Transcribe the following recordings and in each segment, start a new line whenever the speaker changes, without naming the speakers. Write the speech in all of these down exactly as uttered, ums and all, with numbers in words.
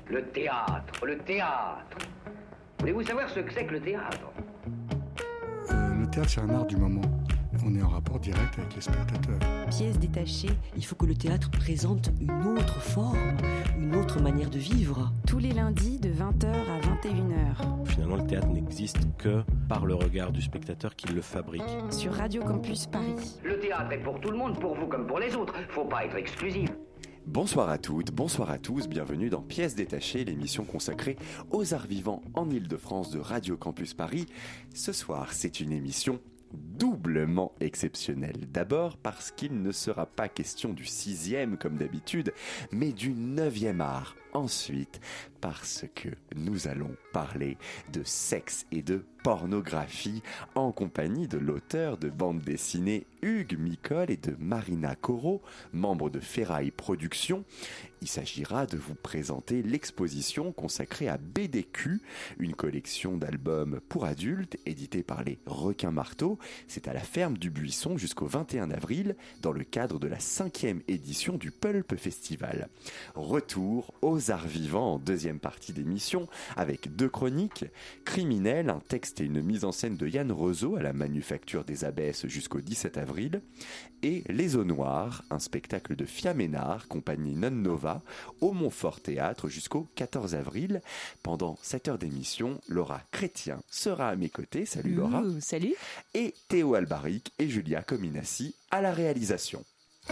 Le théâtre, le théâtre. Voulez-vous savoir ce que c'est que le théâtre ?
euh, Le théâtre, c'est un art du moment. On est en rapport direct avec les spectateurs.
Pièce détachée, il faut que le théâtre présente une autre forme, une autre manière de vivre.
Tous les lundis de vingt heures à vingt et une heures.
Finalement, le théâtre n'existe que par le regard du spectateur qui le fabrique.
Sur Radio Campus Paris.
Le théâtre est pour tout le monde, pour vous comme pour les autres. Faut pas être exclusif.
Bonsoir à toutes, bonsoir à tous, bienvenue dans Pièces détachées, l'émission consacrée aux arts vivants en Ile-de-France de Radio Campus Paris. Ce soir, c'est une émission doublement exceptionnelle. D'abord parce qu'il ne sera pas question du sixième comme d'habitude, mais du neuvième art. Ensuite, parce que nous allons parler de sexe et de pornographie en compagnie de l'auteur de bande dessinée Hugues Micol et de Marina Corot, membre de Ferraille Productions. Il s'agira de vous présenter l'exposition consacrée à B D Q, une collection d'albums pour adultes éditée par les Requins Marteaux. C'est à la ferme du Buisson jusqu'au vingt et un avril dans le cadre de la cinquième édition du Pulp Festival. Retour aux arts vivants en deuxième partie d'émission avec deux chroniques, Criminel, un texte et une mise en scène de Yann Rezeau à la Manufacture des Abbesses jusqu'au dix-sept avril, et Les Eaux Noires, un spectacle de Fia Ménard, compagnie Non Nova, au Montfort Théâtre jusqu'au quatorze avril. Pendant cette heure d'émission, Laura Chrétien sera à mes côtés. Salut Laura.
Ouh, salut.
Et Théo Albaric et Julia Cominassi à la réalisation.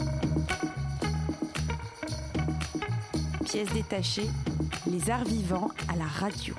Pièces détachées, les arts vivants à la radio.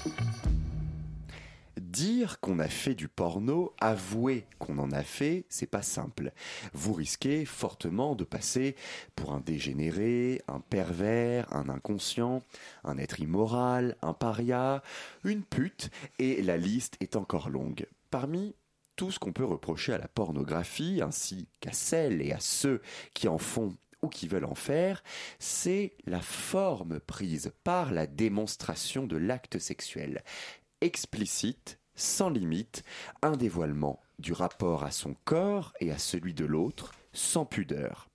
Dire qu'on a fait du porno, avouer qu'on en a fait, c'est pas simple. Vous risquez fortement de passer pour un dégénéré, un pervers, un inconscient, un être immoral, un paria, une pute, et la liste est encore longue. Parmi tout ce qu'on peut reprocher à la pornographie, ainsi qu'à celles et à ceux qui en font ou qui veulent en faire, c'est la forme prise par la démonstration de l'acte sexuel. Explicite, sans limite, un dévoilement du rapport à son corps et à celui de l'autre, sans pudeur.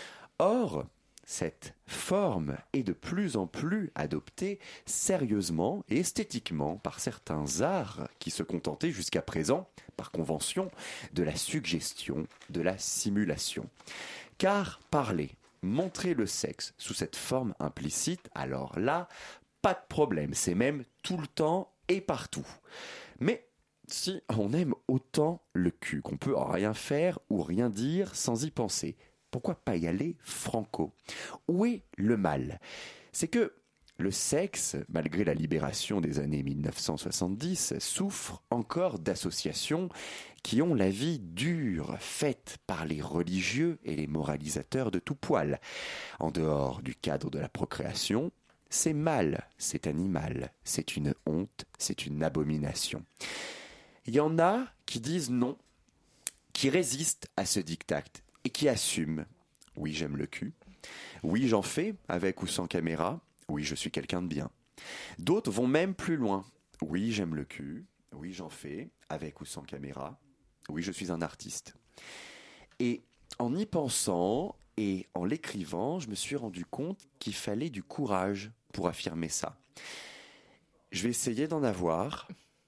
Or, cette forme est de plus en plus adoptée sérieusement et esthétiquement par certains arts qui se contentaient jusqu'à présent, par convention, de la suggestion, de la simulation. Car parler, montrer le sexe sous cette forme implicite, alors là, pas de problème, c'est même tout le temps et partout. Mais si on aime autant le cul qu'on peut rien faire ou rien dire sans y penser, pourquoi pas y aller franco ? Où est le mal ? C'est que le sexe, malgré la libération des années mille neuf cent soixante-dix, souffre encore d'associations qui ont la vie dure, faite par les religieux et les moralisateurs de tout poil. En dehors du cadre de la procréation, c'est mal, c'est animal, c'est une honte, c'est une abomination. Il y en a qui disent non, qui résistent à ce diktat et qui assument. Oui, j'aime le cul. Oui, j'en fais, avec ou sans caméra. Oui, je suis quelqu'un de bien. D'autres vont même plus loin. Oui, j'aime le cul. Oui, j'en fais, avec ou sans caméra. Oui, je suis un artiste. Et en y pensant et en l'écrivant, je me suis rendu compte qu'il fallait du courage pour affirmer ça. Je vais essayer d'en avoir.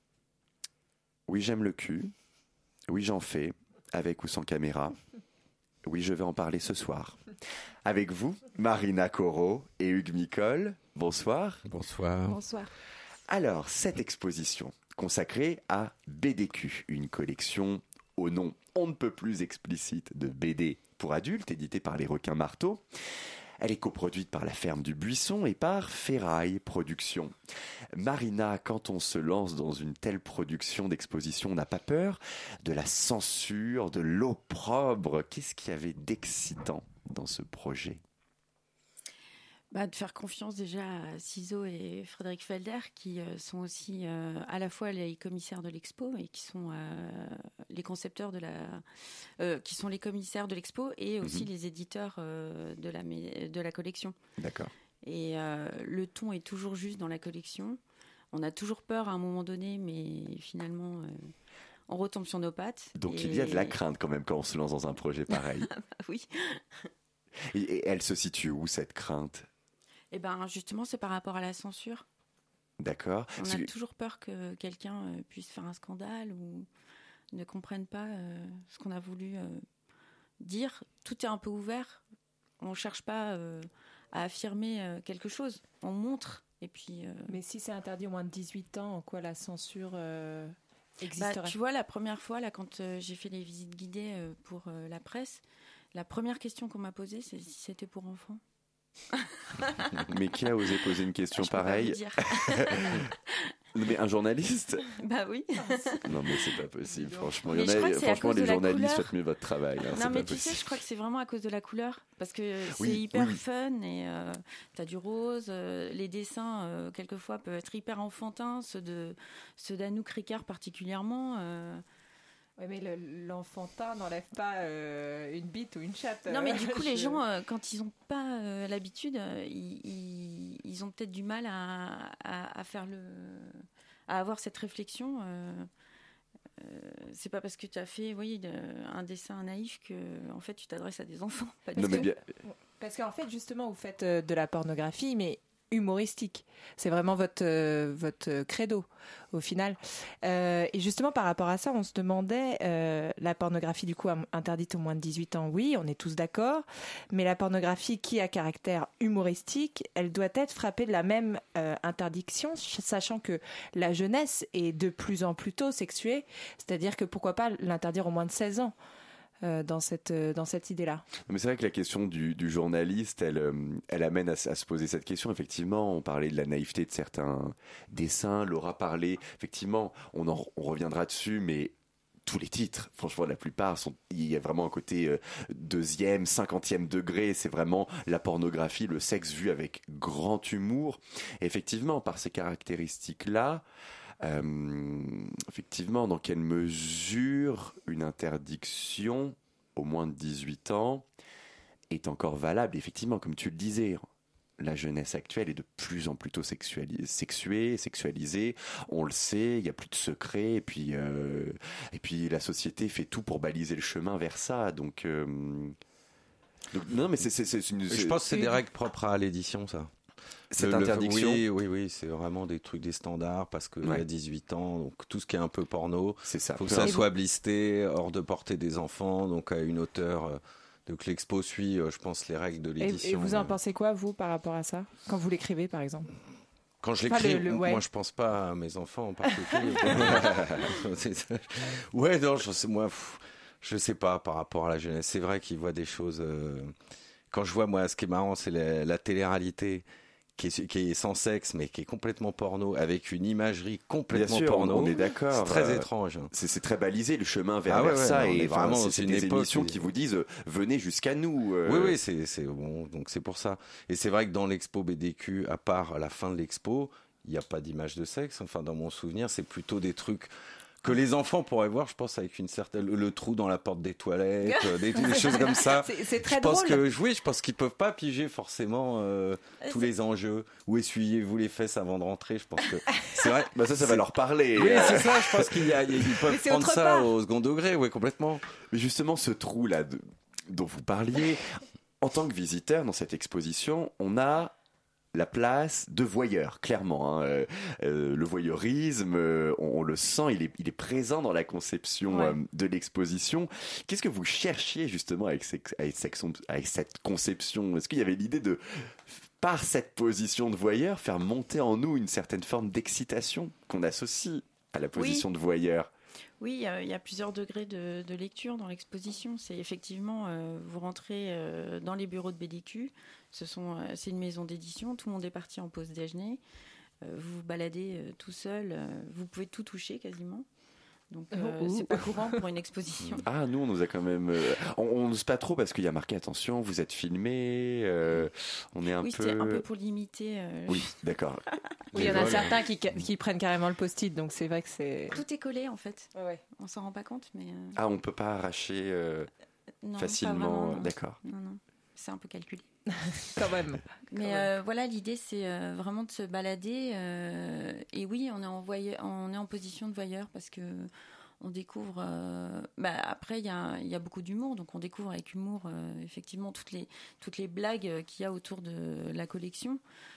Oui, j'aime le cul. Oui, j'en fais, avec ou sans caméra. Oui, je vais en parler ce soir. Avec vous, Marina Corot et Hugues Micol. Bonsoir.
Bonsoir.
Bonsoir.
Alors, cette exposition consacrée à B D Q, une collection au nom on ne peut plus explicite de B D pour adultes, éditée par les Requins Marteaux. Elle est coproduite par la ferme du Buisson et par Ferraille Productions. Marina, quand on se lance dans une telle production d'exposition, on n'a pas peur de la censure, de l'opprobre. Qu'est-ce qu'il y avait d'excitant dans ce projet ?
Bah, de faire confiance déjà à Ciseaux et Frédéric Felder, qui euh, sont aussi euh, à la fois les commissaires de l'expo et qui sont euh, les concepteurs de la, euh, qui sont les commissaires de l'expo et aussi mmh. les éditeurs euh, de la de la collection.
D'accord.
Et euh, le ton est toujours juste dans la collection. On a toujours peur à un moment donné, mais finalement. Euh, On retombe sur nos pattes.
Donc
et...
il y a de la crainte quand même quand on se lance dans un projet pareil.
bah oui.
Et, et elle se situe où cette crainte ?
Eh ben, justement, c'est par rapport à la censure.
D'accord.
On
C'est-
a toujours peur que quelqu'un euh, puisse faire un scandale ou ne comprenne pas euh, ce qu'on a voulu euh, dire. Tout est un peu ouvert. On ne cherche pas euh, à affirmer euh, quelque chose. On montre. Et puis, euh,
Mais si c'est interdit au moins de dix-huit ans, en quoi la censure euh,
bah,
existerait?
tu vois, la première fois, là, quand euh, j'ai fait les visites guidées euh, pour euh, la presse, la première question qu'on m'a posée, c'est si c'était pour enfants.
Mais qui a osé poser une question
Je peux pas
pareille?
vous dire.
Mais un journaliste?
Bah oui.
Non, mais c'est pas possible, franchement. Il
Mais
y en
je
a-
crois que c'est à
franchement,
cause
les
de la
journalistes,
couleur.
faites mieux votre travail. hein, c'est
Non, mais
pas
tu sais,
possible.
je crois que c'est vraiment à cause de la couleur. Parce que c'est
Oui,
hyper
oui.
fun et euh, t'as du rose. euh, les dessins, euh, quelquefois, peuvent être hyper enfantins. Ceux, de, ceux d'Anouk Ricard, particulièrement. euh.
Oui, mais le- l'enfantin n'enlève pas euh, une bite ou une chatte.
Non, mais du coup, les
Je-
gens, euh, quand ils n'ont pas euh, l'habitude, euh, ils, ils, ils ont peut-être du mal à, à, à faire le, à avoir cette réflexion. Euh, euh, c'est pas parce que tu as fait, oui, de- un dessin naïf que, en fait, tu t'adresses à des enfants. Pas du
Non, mais
tout.
bien...
Parce qu'en fait, justement, vous faites euh, de la pornographie, mais humoristique. C'est vraiment votre, euh, votre credo, au final. Euh, et justement, par rapport à ça, on se demandait, euh, la pornographie, du coup, interdite au moins de dix-huit ans, oui, on est tous d'accord, mais la pornographie qui a caractère humoristique, elle doit être frappée de la même euh, interdiction, sachant que la jeunesse est de plus en plus tôt sexuée, c'est-à-dire que pourquoi pas l'interdire au moins de seize ans euh, dans cette, euh, dans cette idée-là.
Mais c'est vrai que la question du, du journaliste, elle, euh, elle amène à, s- à se poser cette question. Effectivement, on parlait de la naïveté de certains dessins. Laura parlait, effectivement, on, en, on reviendra dessus, mais tous les titres, franchement, la plupart, sont, il y a vraiment un côté euh, deuxième, cinquantième degré. C'est vraiment la pornographie, le sexe vu avec grand humour. Et effectivement, par ces caractéristiques-là, Euh, effectivement, dans quelle mesure une interdiction au moins de dix-huit ans est encore valable? Effectivement, comme tu le disais, la jeunesse actuelle est de plus en plus tôt sexuali- sexuée, sexualisée. On le sait, il n'y a plus de secret. Et puis, euh, et puis, la société fait tout pour baliser le chemin vers ça. Donc, euh, donc non, mais c'est, c'est, c'est une.
Je pense que c'est des règles propres à l'édition, ça.
Cette
Le- le-
interdiction.
Oui, oui, oui, c'est vraiment des trucs, des standards, parce qu'il
Ouais.
y a dix-huit ans, donc tout ce qui est un peu porno,
C'est ça.
il faut que ça soit blisté, hors de portée des enfants, donc à une hauteur. euh, Donc l'expo suit, euh, je pense, les règles de
Et,
l'édition.
et vous en
mais-
pensez quoi, vous, par rapport à ça, quand vous l'écrivez, par exemple?
Quand je
Enfin,
l'écris,
le- le- ouais.
moi je pense pas à mes enfants en particulier. C'est ça. Ouais, non, je sais, moi, pff, je sais pas par rapport à la jeunesse. C'est vrai qu'ils voient des choses. euh, Quand je vois, moi, ce qui est marrant, c'est la, la télé-réalité qui est, qui est sans sexe, mais qui est complètement porno, avec une imagerie
Bien
complètement
sûr,
porno.
on est d'accord.
C'est très
Euh,
étrange.
C'est, c'est très balisé le chemin vers,
Ah ouais,
vers
ouais,
ça
non, on
et
est
enfin,
vraiment
c'est,
dans
c'est
une
des
époque
émissions
où-
qui vous disent euh, venez jusqu'à nous. euh,
Oui, oui, c'est, c'est bon. Donc c'est pour ça. Et c'est vrai que dans l'expo B D Q, à part à la fin de l'expo, il n'y a pas d'image de sexe. Enfin, dans mon souvenir, c'est plutôt des trucs que les enfants pourraient voir, je pense, avec une certaine le, le trou dans la porte des toilettes, euh, des, des choses comme ça.
C'est, c'est très
je pense
drôle.
que oui, je pense qu'ils peuvent pas piger forcément euh, tous les enjeux. Où essuyez-vous les fesses avant de rentrer. Je pense que c'est vrai.
Bah ça, ça va leur parler.
Oui,
Euh,
c'est ça. Je pense qu'ils y a- ils peuvent
Mais c'est
prendre
autre
ça
part.
au second degré. Oui, complètement.
Mais justement, ce trou-là de- dont vous parliez, en tant que visiteur dans cette exposition, on a la place de voyeur, clairement. hein. Euh, euh, le voyeurisme, euh, on, on le sent, il est, il est présent dans la conception
Ouais.
euh, de l'exposition. Qu'est-ce que vous cherchiez justement avec, ces- avec, cette, avec cette conception? Est-ce qu'il y avait l'idée de, par cette position de voyeur, faire monter en nous une certaine forme d'excitation qu'on associe à la position de voyeur?
Oui, il y, a, il y a plusieurs degrés de, de lecture dans l'exposition. C'est effectivement, euh, vous rentrez euh, dans les bureaux de B D Q. Ce sont, euh, c'est une maison d'édition. Tout le monde est parti en pause déjeuner. Euh, vous vous baladez euh, tout seul. euh, vous pouvez tout toucher quasiment. Donc, euh,
Ouh.
c'est pas courant pour une exposition.
Ah, nous, on nous a quand même. euh, on on n'ose pas trop parce qu'il y a marqué attention, vous êtes filmé. euh, on est un
oui,
peu.
c'était un peu pour limiter. euh,
Oui, d'accord.
Oui, il y en a
Voilà.
certains qui, qui prennent carrément le post-it, donc c'est vrai que c'est...
Tout est collé en fait.
Ouais, ouais.
On s'en rend pas compte, mais euh,
Ah, on peut pas arracher euh,
non, pas
facilement.
vraiment,
euh,
non.
D'accord.
Non, non, c'est un peu calculé.
Quand même.
Mais euh, voilà, l'idée c'est euh, vraiment de se balader. euh, et oui, on est en voyeur, on est en position de voyeur parce que on découvre. euh, bah, après, il y a, il y a beaucoup d'humour, donc on découvre avec humour euh, effectivement toutes les toutes les blagues qu'il y a autour de la collection.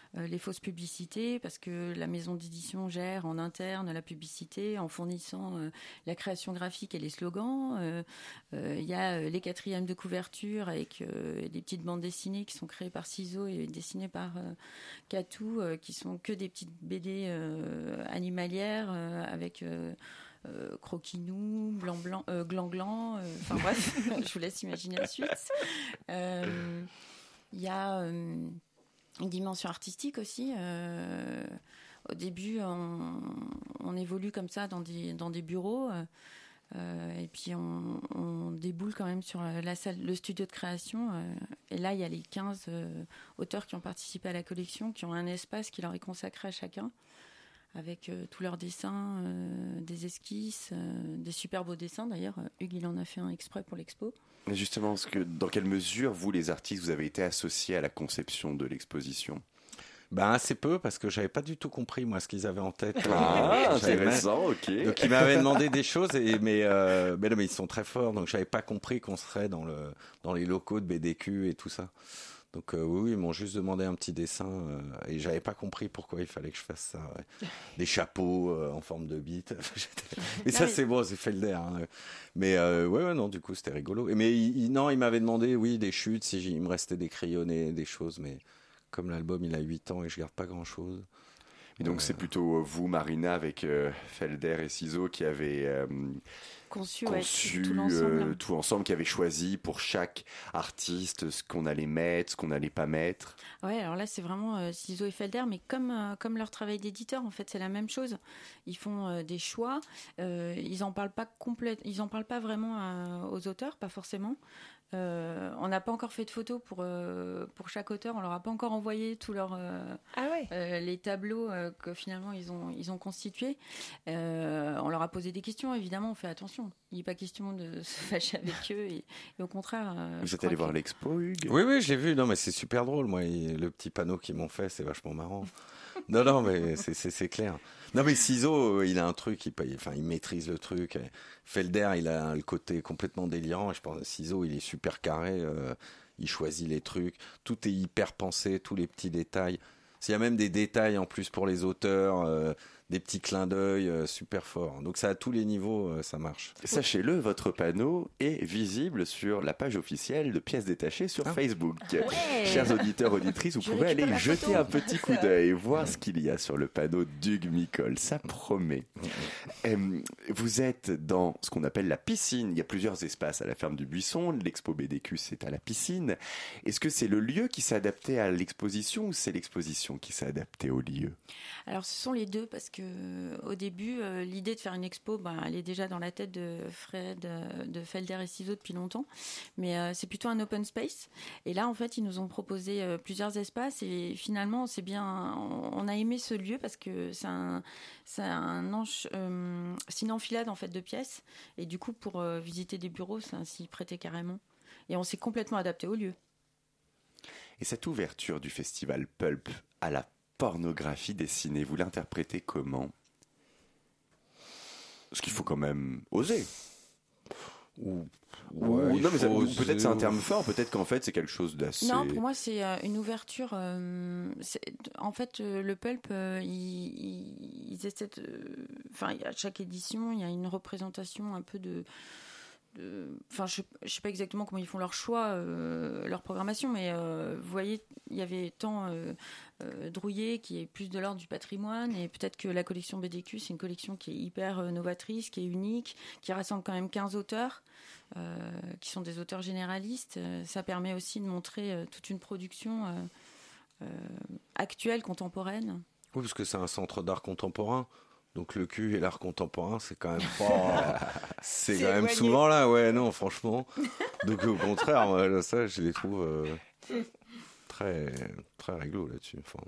euh, les fausses publicités, parce que la maison d'édition gère en interne la publicité en fournissant euh, la création graphique et les slogans. Il euh, euh, y a euh, les quatrièmes de couverture avec euh, des petites bandes dessinées qui sont créées par Ciseaux et dessinées par euh, Catou, euh, qui sont que des petites B D euh, animalières euh, avec... Euh, Euh, croquinou, blanc blanc, euh, gland gland, enfin euh, bref, je vous laisse imaginer la suite. Il euh, y a euh, une dimension artistique aussi. Euh, au début, on, on évolue comme ça dans des, dans des bureaux, euh, et puis on, on déboule quand même sur la salle, le studio de création. Euh, et là, il y a les quinze euh, auteurs qui ont participé à la collection, qui ont un espace qui leur est consacré à chacun, avec euh, tous leurs dessins, euh, des esquisses, euh, des super beaux dessins. D'ailleurs, Hugues, il en a fait un exprès pour l'expo.
Mais justement, ce que, dans quelle mesure, vous, les artistes, vous avez été associés à la conception de l'exposition ?
Ben, assez peu, parce que j'avais pas du tout compris, moi, ce qu'ils avaient en tête.
Ah, intéressant, ok.
Donc, ils m'avaient demandé des choses, et, mais, euh, mais, non, mais ils sont très forts, donc j'avais pas compris qu'on serait dans, le, dans les locaux de B D Q et tout ça. Donc euh, oui, oui, ils m'ont juste demandé un petit dessin euh, et j'avais pas compris pourquoi il fallait que je fasse ça. Ouais. Des chapeaux euh, en forme de bite. Mais ça, c'est bon, c'est Felder. Hein. Mais euh, ouais, ouais, non, du coup, c'était rigolo. Et, mais il, non, il m'avait demandé, oui, des chutes, si il me restait des crayonnés, des choses. Mais comme l'album, il a huit ans et je garde pas grand-chose.
Et donc, euh... c'est plutôt vous, Marina, avec euh, Felder et Ciseaux, qui avez... Euh...
conçu,
conçu
ouais, tout, l'ensemble.
Euh, tout ensemble, qui avait choisi pour chaque artiste ce qu'on allait mettre, ce qu'on n'allait pas mettre.
Ouais, alors là c'est vraiment euh, Ciseaux et Felder, mais comme euh, comme leur travail d'éditeur, en fait, c'est la même chose. Ils font euh, des choix, euh, ils en parlent pas complète, ils en parlent pas vraiment à, aux auteurs, pas forcément. Euh, on n'a pas encore fait de photos pour euh, pour chaque auteur, on leur a pas encore envoyé tous leurs euh,
ah ouais.
euh, les tableaux euh, que finalement ils ont ils ont constitués. Euh, on leur a posé des questions, évidemment, on fait attention. Il n'est pas question de se fâcher avec eux et, et au contraire. Euh,
Vous êtes allé voir que... l'expo, Hugues ?
Oui, oui, je l'ai vu. Non, mais c'est super drôle. Moi, il, le petit panneau qu'ils m'ont fait, c'est vachement marrant. Non, non, mais c'est, c'est, c'est clair. Non, mais Ciseaux, il a un truc, il, enfin, il maîtrise le truc. Felder, il a le côté complètement délirant. Je pense que Ciseaux, il est super carré. Euh, il choisit les trucs. Tout est hyper pensé, tous les petits détails. Il y a même des détails en plus pour les auteurs, euh, des petits clins d'œil euh, super forts. Donc ça, à tous les niveaux, euh, ça marche.
Sachez-le, votre panneau est visible sur la page officielle de Pièces Détachées sur ah. Facebook. Ouais. Chers auditeurs, auditrices, vous Je pouvez aller jeter photo. un petit coup d'œil, voir ce qu'il y a sur le panneau d'Hugues Micol. Ça promet. euh, vous êtes dans ce qu'on appelle la piscine. Il y a plusieurs espaces à la ferme du Buisson. L'expo B D Q, c'est à la piscine. Est-ce que c'est le lieu qui s'est adapté à l'exposition ou c'est l'exposition qui s'est adaptée au lieu ?
Alors, ce sont les deux, parce que au début, euh, l'idée de faire une expo, ben, elle est déjà dans la tête de Fred, euh, de Felder et Ciseaux depuis longtemps, mais euh, c'est plutôt un open space. Et là, en fait, ils nous ont proposé euh, plusieurs espaces et finalement, c'est bien, on, on a aimé ce lieu parce que c'est un, c'est un enche, euh, c'est une enfilade en fait de pièces et du coup, pour euh, visiter des bureaux, ça s'y prêtait carrément. Et on s'est complètement adapté au lieu.
Et cette ouverture du festival Pulp à la pornographie dessinée, vous l'interprétez comment ? Parce qu'il faut quand même oser. Ou, ouais, ou non, mais ça, ou peut-être c'est un terme fort, peut-être qu'en fait c'est quelque chose d'assez...
Non, pour moi c'est euh, une ouverture. Euh, c'est, en fait, euh, le Pulp, euh, ils, ils essaient de... Enfin, à chaque édition, il y a une représentation un peu de... Enfin, je ne sais pas exactement comment ils font leur choix, euh, leur programmation, mais euh, vous voyez, il y avait tant euh, euh, Drouillet qui est plus de l'ordre du patrimoine, et peut-être que la collection B D Q, c'est une collection qui est hyper euh, novatrice, qui est unique, qui rassemble quand même quinze auteurs, euh, qui sont des auteurs généralistes. Euh, ça permet aussi de montrer euh, toute une production euh, euh, actuelle, contemporaine.
Oui, parce que c'est un centre d'art contemporain. Donc le cul et l'art contemporain, c'est quand même pas... c'est, c'est quand même souvent là, ouais, non, franchement. Donc au contraire, moi, ça, je les trouve euh, très, très réglo là-dessus. Enfin...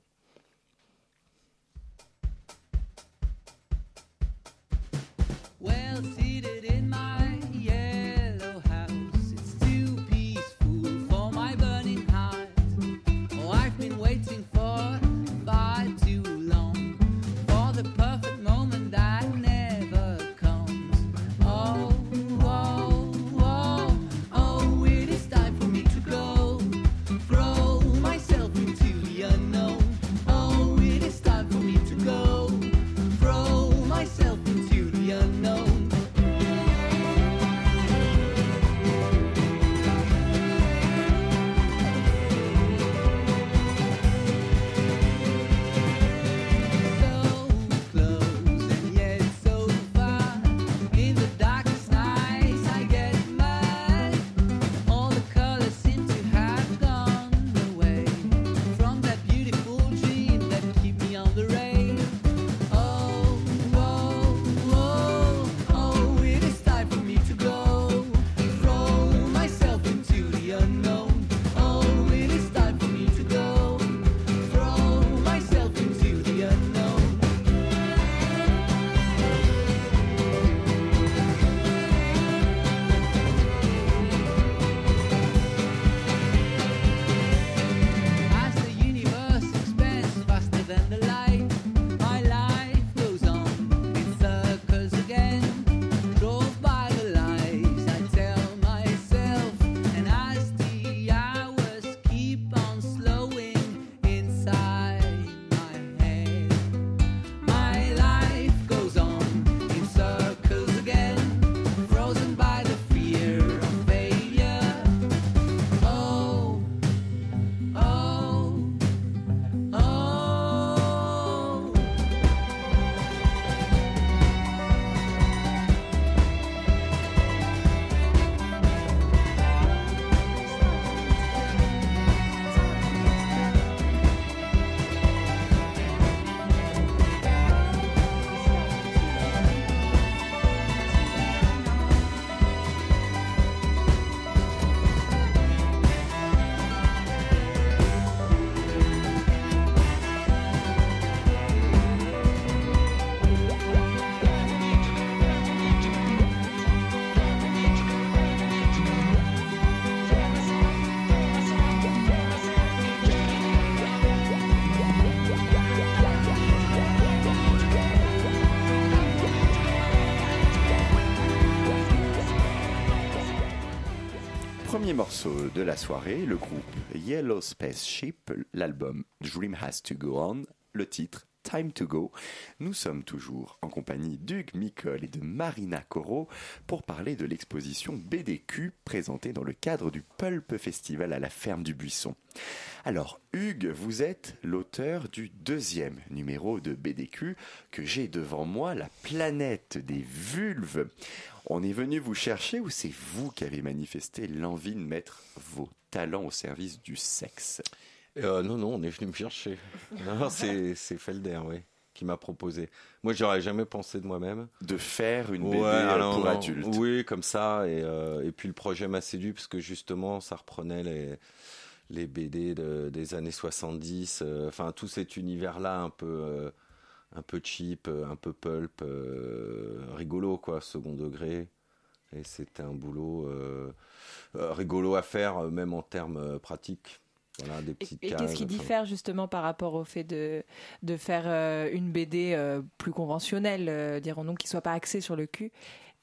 Well, seated in my yellow house, it's too peaceful for my burning heart. Oh, I've been waiting for far too long for the perfect moment that never comes. Oh, oh, oh, oh, it is time for me to go, throw myself into the unknown.
morceau de la soirée, le groupe Yellow Spaceship, l'album Dream Has to Go On, le titre Time to Go. Nous sommes toujours en compagnie d'Hugues Micol et de Marina Corot pour parler de l'exposition B D Q présentée dans le cadre du Pulp Festival à la Ferme du Buisson. Alors, Hugues, vous êtes l'auteur du deuxième numéro de B D Q que j'ai devant moi, La planète des vulves. On est venu vous chercher ou c'est vous qui avez manifesté l'envie de mettre vos talents au service du sexe ?
Euh, non, non, on est venu me chercher. Non, c'est, c'est Felder, oui, qui m'a proposé. Moi, j'aurais jamais pensé de moi-même.
De faire une
ouais,
B D
alors,
pour
non,
adultes.
Oui, comme ça. Et, euh, et puis le projet m'a séduit parce que justement, ça reprenait les, les B D de, des années soixante-dix. Euh, enfin, tout cet univers-là un peu, euh, un peu cheap, un peu pulp, euh, rigolo, quoi, second degré. Et c'était un boulot euh, euh, rigolo à faire, même en termes euh, pratiques. Voilà, des petites
et, et
cases,
qu'est-ce qui
enfin.
diffère justement par rapport au fait de, de faire euh, une B D euh, plus conventionnelle, euh, dirons-nous, qui ne soit pas axée sur le cul,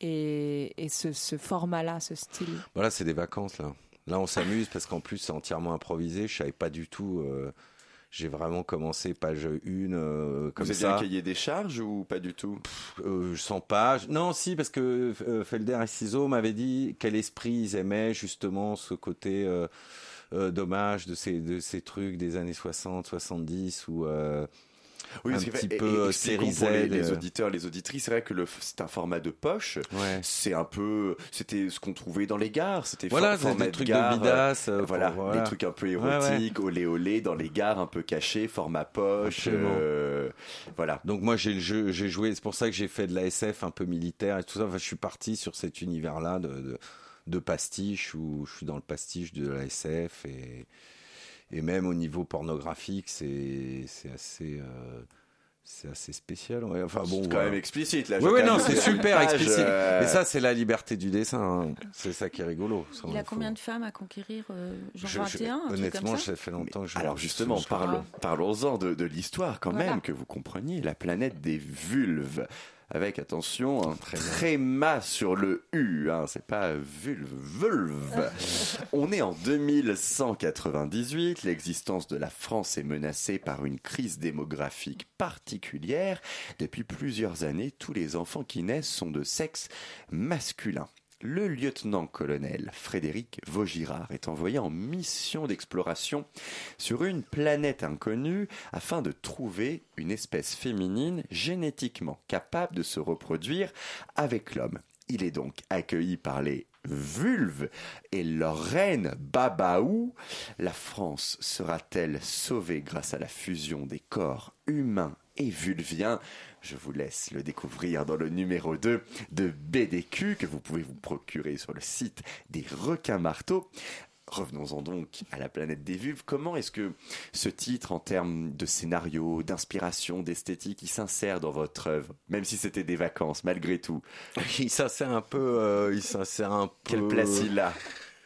et, et ce, ce format-là, ce style?
Voilà, c'est des vacances, là. Là, on s'amuse parce qu'en plus, c'est entièrement improvisé. Je ne savais pas du tout. Euh, j'ai vraiment commencé page un euh, comme
Vous aviez
ça.
un cahier des charges ou pas du tout?
euh, cent pages. Non, si, parce que euh, Felder et Ciseaux m'avaient dit quel esprit ils aimaient, justement, ce côté... Euh, Euh, dommage de ces, de ces trucs des années soixante, soixante-dix où euh,
oui,
un
c'est
petit
vrai.
peu
et,
série Z.
Pour les, les
euh...
auditeurs, les auditrices, c'est vrai que le, c'est un format de poche.
Ouais.
C'est un peu, c'était ce qu'on trouvait dans les gares. C'était
voilà,
for,
c'est des trucs de,
gare,
bidas. Euh,
voilà,
pour, voilà,
des trucs un peu érotiques,
ouais, ouais.
olé olé dans les gares, un peu cachés, format poche. Euh, voilà.
Donc moi j'ai le jeu, j'ai joué. C'est pour ça que j'ai fait de la S F un peu militaire et tout ça. Enfin, je suis parti sur cet univers-là de, de, de pastiche où je suis dans le pastiche de la S F et Et même au niveau pornographique, c'est, c'est, assez, euh, c'est assez spécial. Ouais. Enfin, bon,
c'est quand
voilà.
même explicite. Là,
oui, oui, non, c'est super
page,
explicite.
Euh...
Mais ça, c'est la liberté du dessin. Hein. C'est ça qui est rigolo. Ça,
il a
faut...
combien de femmes à conquérir euh, Genre
je,
vingt et un
je,
un
Honnêtement,
truc comme ça
ça fait longtemps que je...
Alors justement,
je, je,
parlons, parlons-en de, de l'histoire quand
voilà.
même, que vous compreniez. La planète des vulves. Avec, attention, un tréma sur le U, hein, c'est pas vulve, vulve. On est en deux mille cent quatre-vingt-dix-huit, l'existence de la France est menacée par une crise démographique particulière. Depuis plusieurs années, tous les enfants qui naissent sont de sexe masculin. Le lieutenant-colonel Frédéric Vaugirard est envoyé en mission d'exploration sur une planète inconnue afin de trouver une espèce féminine génétiquement capable de se reproduire avec l'homme. Il est donc accueilli par les vulves et leur reine Babaou. La France sera-t-elle sauvée grâce à la fusion des corps humains et vulviens? Je vous laisse le découvrir dans le numéro deux de B D Q que vous pouvez vous procurer sur le site des Requins Marteaux. Revenons-en donc à la planète des vulves. Comment est-ce que ce titre, en termes de scénario, d'inspiration, d'esthétique, il s'insère dans votre œuvre, même si c'était des vacances, malgré tout?
Il s'insère un peu... Euh, il s'insère un peu...
Quelle place il a?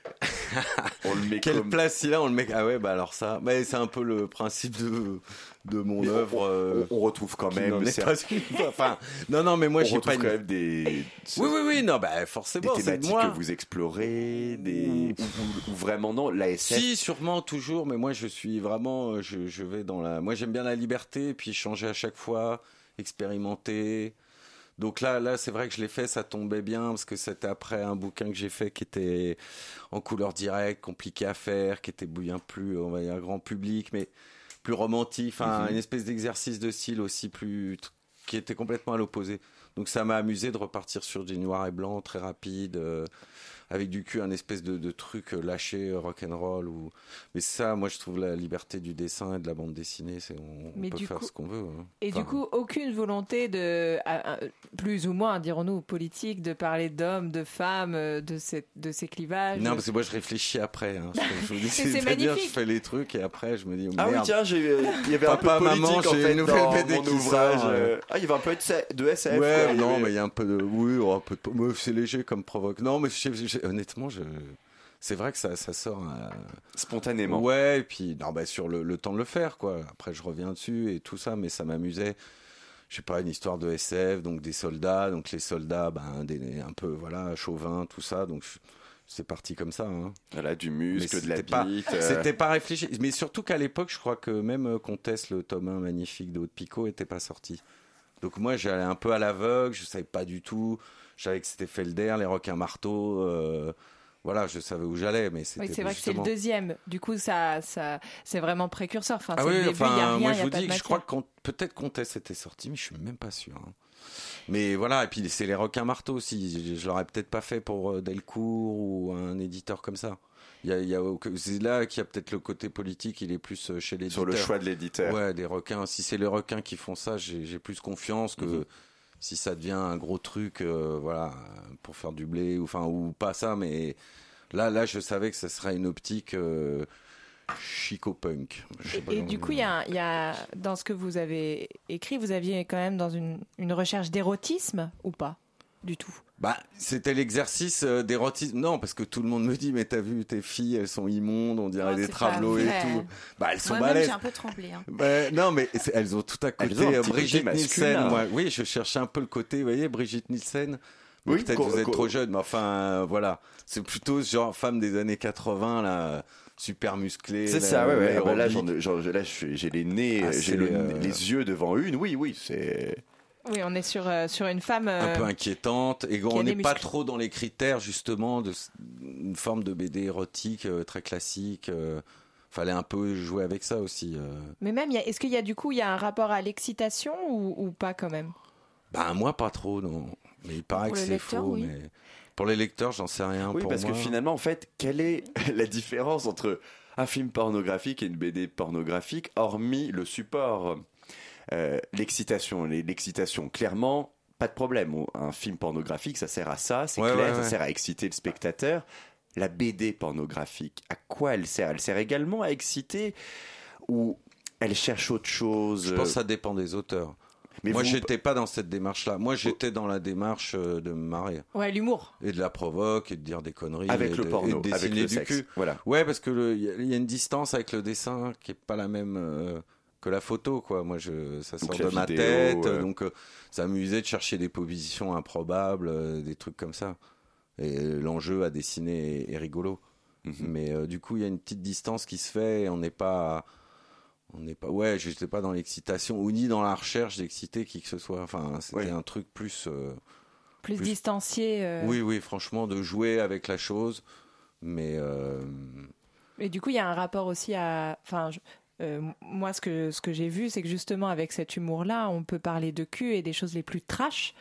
On le met
Quelle
comme...
place il a? On le met... Ah ouais, bah alors ça... Bah, c'est un peu le principe de... de mon
mais
œuvre.
On,
euh,
on, on retrouve quand même.
C'est presque... enfin, non, non, mais moi,
on
j'ai
retrouve
pas
quand
une...
même des.
Oui, oui, oui, non, bah forcément,
des
c'est
thématiques
moi.
que vous explorez, des ou, ou, ou vraiment non, la S F.
Si, sûrement toujours, mais moi, je suis vraiment, je, je vais dans la. Moi, j'aime bien la liberté, et puis changer à chaque fois, expérimenter. Donc là, là, c'est vrai que je l'ai fait, ça tombait bien parce que c'était après un bouquin que j'ai fait qui était en couleur directe, compliqué à faire, qui était bien plus, on va dire, grand public, mais plus romantique, enfin, mm-hmm. une espèce d'exercice de style aussi plus, qui était complètement à l'opposé. Donc ça m'a amusé de repartir sur du noir et blanc très rapide, euh, avec du cul, un espèce de, de truc lâché, rock'n'roll. Ou... Mais ça, moi, je trouve la liberté du dessin et de la bande dessinée, c'est, on, on peut faire coup, ce qu'on veut. Hein.
Et enfin, du coup, aucune volonté de, à, à, plus ou moins, dirons-nous, politique, de parler d'hommes, de femmes, de ces, de ces clivages.
Non, parce que moi, je réfléchis après. Hein. Je, je vous dis,
c'est, c'est
c'est-à-dire,
magnifique.
je fais les trucs et après, je me dis, oh,
ah
merde.
oui, tiens, j'ai, il y avait un
Papa,
peu de politique
maman,
en
j'ai
fait
une nouvelle
dans
B D
mon
qui
ouvrage.
sort,
euh... Ah, il y avait un peu de S F.
Ouais,
quoi,
non,
oui.
mais il y a un peu de, oui, oh, un peu de, mais c'est léger comme provoque. Non, mais je, je, je, honnêtement, je, c'est vrai que ça, ça sort euh...
spontanément.
Ouais, et puis, non, bah, sur le, le temps de le faire, quoi. Après, je reviens dessus et tout ça, mais ça m'amusait. Je sais pas, une histoire de S F, donc des soldats, donc les soldats, ben, des, un peu, voilà, chauvins, tout ça, donc. Je, c'est parti comme ça. Hein.
Voilà, du muscle,
Mais
de la
c'était pas-
bite. euh,
C'était pas réfléchi. Mais surtout qu'à l'époque, je crois que même euh, Comtesse, le tome un magnifique de Haute Picot, était pas sorti. Donc moi, j'allais un peu à l'aveugle, je savais pas du tout. Je savais que c'était Felder, les requins marteaux. Euh, voilà, je savais où j'allais, mais c'était
Oui, c'est vrai
justement...
que c'est le deuxième. Du coup, ça, ça, c'est vraiment précurseur. Enfin,
Ah
c'est
oui,
le début, il
enfin,
n'y a rien,
moi
il
je
n'y a
vous
pas
dis
de
que je crois
matière.
que peut-être Comtesse était sorti, mais je suis même pas sûr. hein. Mais voilà, et puis c'est les requins marteaux aussi. Je, je l'aurais peut-être pas fait pour euh, Delcourt ou un éditeur comme ça. Il y a, il y a, c'est là qu'il y a peut-être le côté politique, il est plus euh, chez l'éditeur.
Sur le choix de l'éditeur.
Ouais, des requins. Si c'est les requins qui font ça, j'ai, j'ai plus confiance que
Mhm.
si ça devient un gros truc, euh, voilà, pour faire du blé, ou enfin ou pas ça, mais là, là, je savais que ça serait une optique euh, chico-punk. Je sais pas
Et, et
comment
du
dire.
coup, il y a, il y a, dans ce que vous avez écrit, vous aviez quand même dans une, une recherche d'érotisme ou pas du tout?
Bah, c'était l'exercice euh, d'érotisme. Non, parce que tout le monde me dit, mais t'as vu tes filles, elles sont immondes, on dirait
Oh,
des
c'est pas
travelots et
vrai.
tout. Bah, elles sont
Moi-même,
balèzes.
j'ai un peu tremblé. Hein.
Bah, non, mais c'est- elles ont tout à côté.
Elles ont un
euh,
petit côté
Brigitte
masculin.
Nielsen, moi. Oui, je cherchais un peu le côté, vous voyez, Brigitte Nielsen. Bon,
Oui,
peut-être
co-
vous êtes
co-
trop jeune, mais enfin, euh, voilà. C'est plutôt ce genre femme des années quatre-vingts, là, super musclée.
C'est
là,
ça, ouais, ouais. Ah bah là,
aérobique.
j'en- j'en- là, je suis- j'ai les nez,
Ah,
j'ai
c'est,
le-
euh,
les yeux devant une. Oui, oui, c'est.
Oui, on est sur, euh, sur une femme. euh,
un peu inquiétante et
qui a
on
des
n'est pas
muscles.
trop dans les critères justement de s- une forme de B D érotique euh, très classique. euh, fallait un peu jouer avec ça aussi. euh.
Mais même, il y a- est-ce qu'il y a du coup, il y a un rapport à l'excitation ou, ou pas quand même?
Ben moi pas trop non, mais il paraît
Pour
que
le
c'est
lecteur,
faux.
oui.
Mais pour les lecteurs, j'en sais rien.
Oui,
pour
parce
moi.
que finalement, en fait, quelle est la différence entre un film pornographique et une B D pornographique, hormis le support? Euh, l'excitation, les- l'excitation, clairement, pas de problème. Un film pornographique, ça sert à ça, c'est
Ouais,
clair,
ouais,
ça
ouais.
sert à exciter le spectateur. La B D pornographique, à quoi elle sert? Elle sert également à exciter ou elle cherche autre chose?
Je pense que ça dépend des auteurs.
Mais
moi,
vous-
j'étais pas dans cette démarche-là. Moi, j'étais dans la démarche euh, de me marrer
Ouais, l'humour.
et de la provoque et de dire des conneries
avec
et
le
de,
porno,
et de
avec
dessiner
le
du
sexe.
cul.
Voilà.
Ouais, parce que le- il y, a- il y a une distance avec le dessin qui est pas la même euh, que la photo, quoi. Moi, je, ça
Donc
sort
la
de ma
vidéo,
tête,
euh.
donc euh, ça m'amusait de chercher des positions improbables, euh, des trucs comme ça. Et l'enjeu à dessiner est, est rigolo.
Mhm.
Mais euh, du coup, il y a une petite distance qui se fait et on n'est pas. On n'est pas, ouais, je n'étais pas dans l'excitation ou ni dans la recherche d'exciter qui que ce soit. Enfin, c'était
Ouais.
un truc plus. euh,
Plus,
Plus-
distancié. euh.
Oui, oui, franchement, de jouer avec la chose. Mais. euh,
Et du coup, il y a un rapport aussi à. Enfin, je- euh, moi, ce que, ce que j'ai vu, c'est que justement, avec cet humour-là, on peut parler de cul et des choses les plus trash.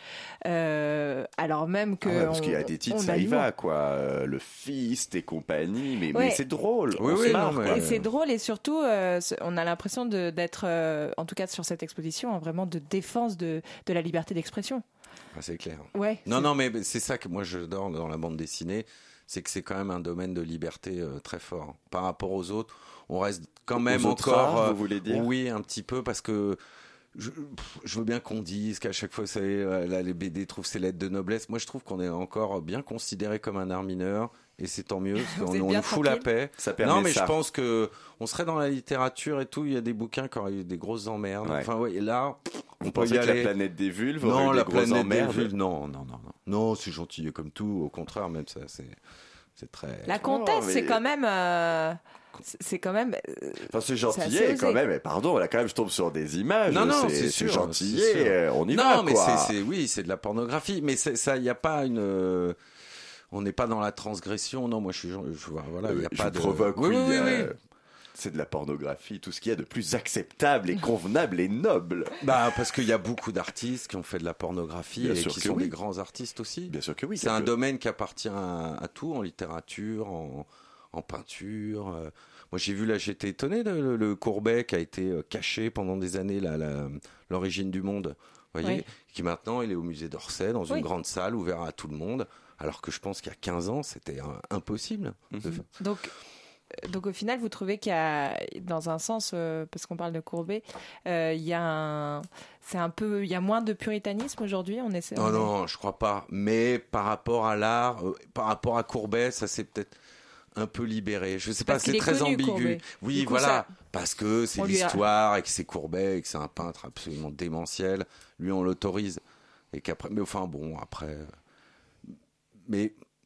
euh, alors même que.
Ah ouais, parce
on-
qu'il y a des titres,
on
ça
a
y
l'humour.
va, quoi. Euh, le fist et compagnie, mais,
Ouais.
mais c'est drôle.
Oui,
on
oui,
se
non,
marre,
mais-
quoi.
Et c'est drôle et surtout, euh, ce- on a l'impression de- d'être, euh, en tout cas sur cette exposition, hein, vraiment de défense de, de la liberté d'expression.
ah, c'est clair.
Ouais.
Non,
c'est-
non, mais c'est ça que moi j'adore dans la bande dessinée, c'est que c'est quand même un domaine de liberté euh, très fort. Par rapport aux autres, on reste quand même
Aux autres
encore.
arts,
euh,
vous voulez dire?
Oui, un petit peu, parce que je, pff, je veux bien qu'on dise qu'à chaque fois, vous savez, euh, là, les B D trouvent ces lettres de noblesse. Moi, je trouve qu'on est encore bien considéré comme un art mineur, et c'est tant mieux, parce
Vous
qu'on
êtes
on
bien
nous fout la
tranquille.
paix.
Ça permet
Non, mais
ça.
je pense que on serait dans la littérature et tout. Il y a des bouquins qui auraient eu des grosses emmerdes.
Ouais.
Enfin, ouais, et là, on
Vous
peut
pensez
y
que
aller.
la planète des vulves aurait
Non,
eu
la
des grosses
planète des
emmerdes?
vulves, non, non, non, non. Non, c'est gentil comme tout. Au contraire, même ça, c'est, c'est très.
La comtesse,
mais-
c'est quand même. euh, c'est- c'est quand même. euh,
Enfin, c'est
C'est
gentillet
assez
quand
osé.
même. Mais pardon, là quand même, je tombe sur des images.
Non, non,
c'est,
c'est
c'est
sûr,
gentillet.
c'est sûr.
euh, On y
non,
va,
mais
quoi.
c'est, c'est, oui, c'est de la pornographie. Mais c'est, ça, il n'y a pas une. euh, On n'est pas dans la transgression. Non, moi, je suis. Je, voilà, il n'y a
je
pas
vous
de.
provoque,
oui,
oui,
oui, oui,
euh,
oui.
C'est de la pornographie, tout ce qu'il y a de plus acceptable et convenable et noble.
Bah, parce qu'il y a beaucoup d'artistes qui ont fait de la pornographie
Bien
et
sûr
qui
que
sont
oui.
des grands artistes aussi.
Bien sûr que oui.
C'est un
quelque-
domaine qui appartient à, à tout, en littérature, en, en peinture. euh. Moi, j'ai vu, là, j'étais étonné, de, le, le Courbet qui a été euh, caché pendant des années, là, la- l'origine du monde, vous voyez,
Oui.
qui maintenant, il est au musée d'Orsay, dans une
Oui.
grande salle, ouverte à tout le monde, alors que je pense qu'il y a quinze ans, c'était euh, impossible. de
Mhm.
faire.
Donc, euh, donc au final, vous trouvez qu'il y a, dans un sens, euh, parce qu'on parle de Courbet, euh, il y a un, c'est un peu, il y a moins de puritanisme aujourd'hui. On essaie.
Non,
on est-
non, je crois pas. Mais par rapport à l'art, euh, par rapport à Courbet, ça c'est peut-être un peu libéré. Je sais pas,
Parce
c'est
qu'il est
très
connu,
ambigu.
Courbet.
Oui,
Du coup,
voilà,
ça-
parce que c'est
on lui a-
l'histoire et que c'est Courbet et que c'est un peintre absolument démentiel. Lui, on l'autorise. Et qu'après, mais enfin bon, après, mais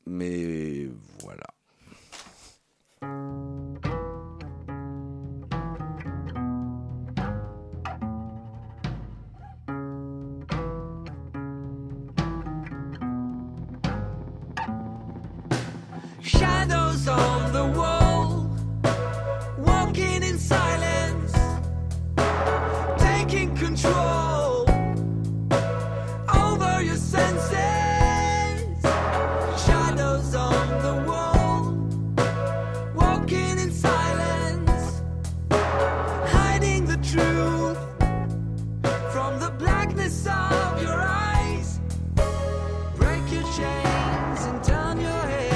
Mais voilà.
Shadows on the wall, walking in silence, taking control over your senses. Shadows on the wall, walking in silence, hiding the truth from the blackness of your eyes. Break your chains and turn your head.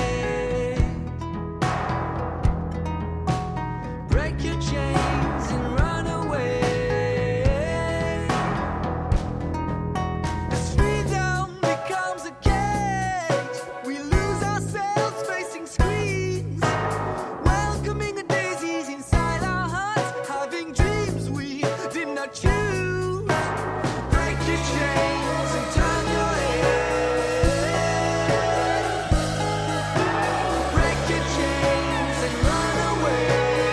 Break your chains and run away. As freedom becomes a cage, we lose ourselves facing screens, welcoming the daisies inside our hearts, having dreams we did not choose. Break your chains and turn your head. Break your chains and run away.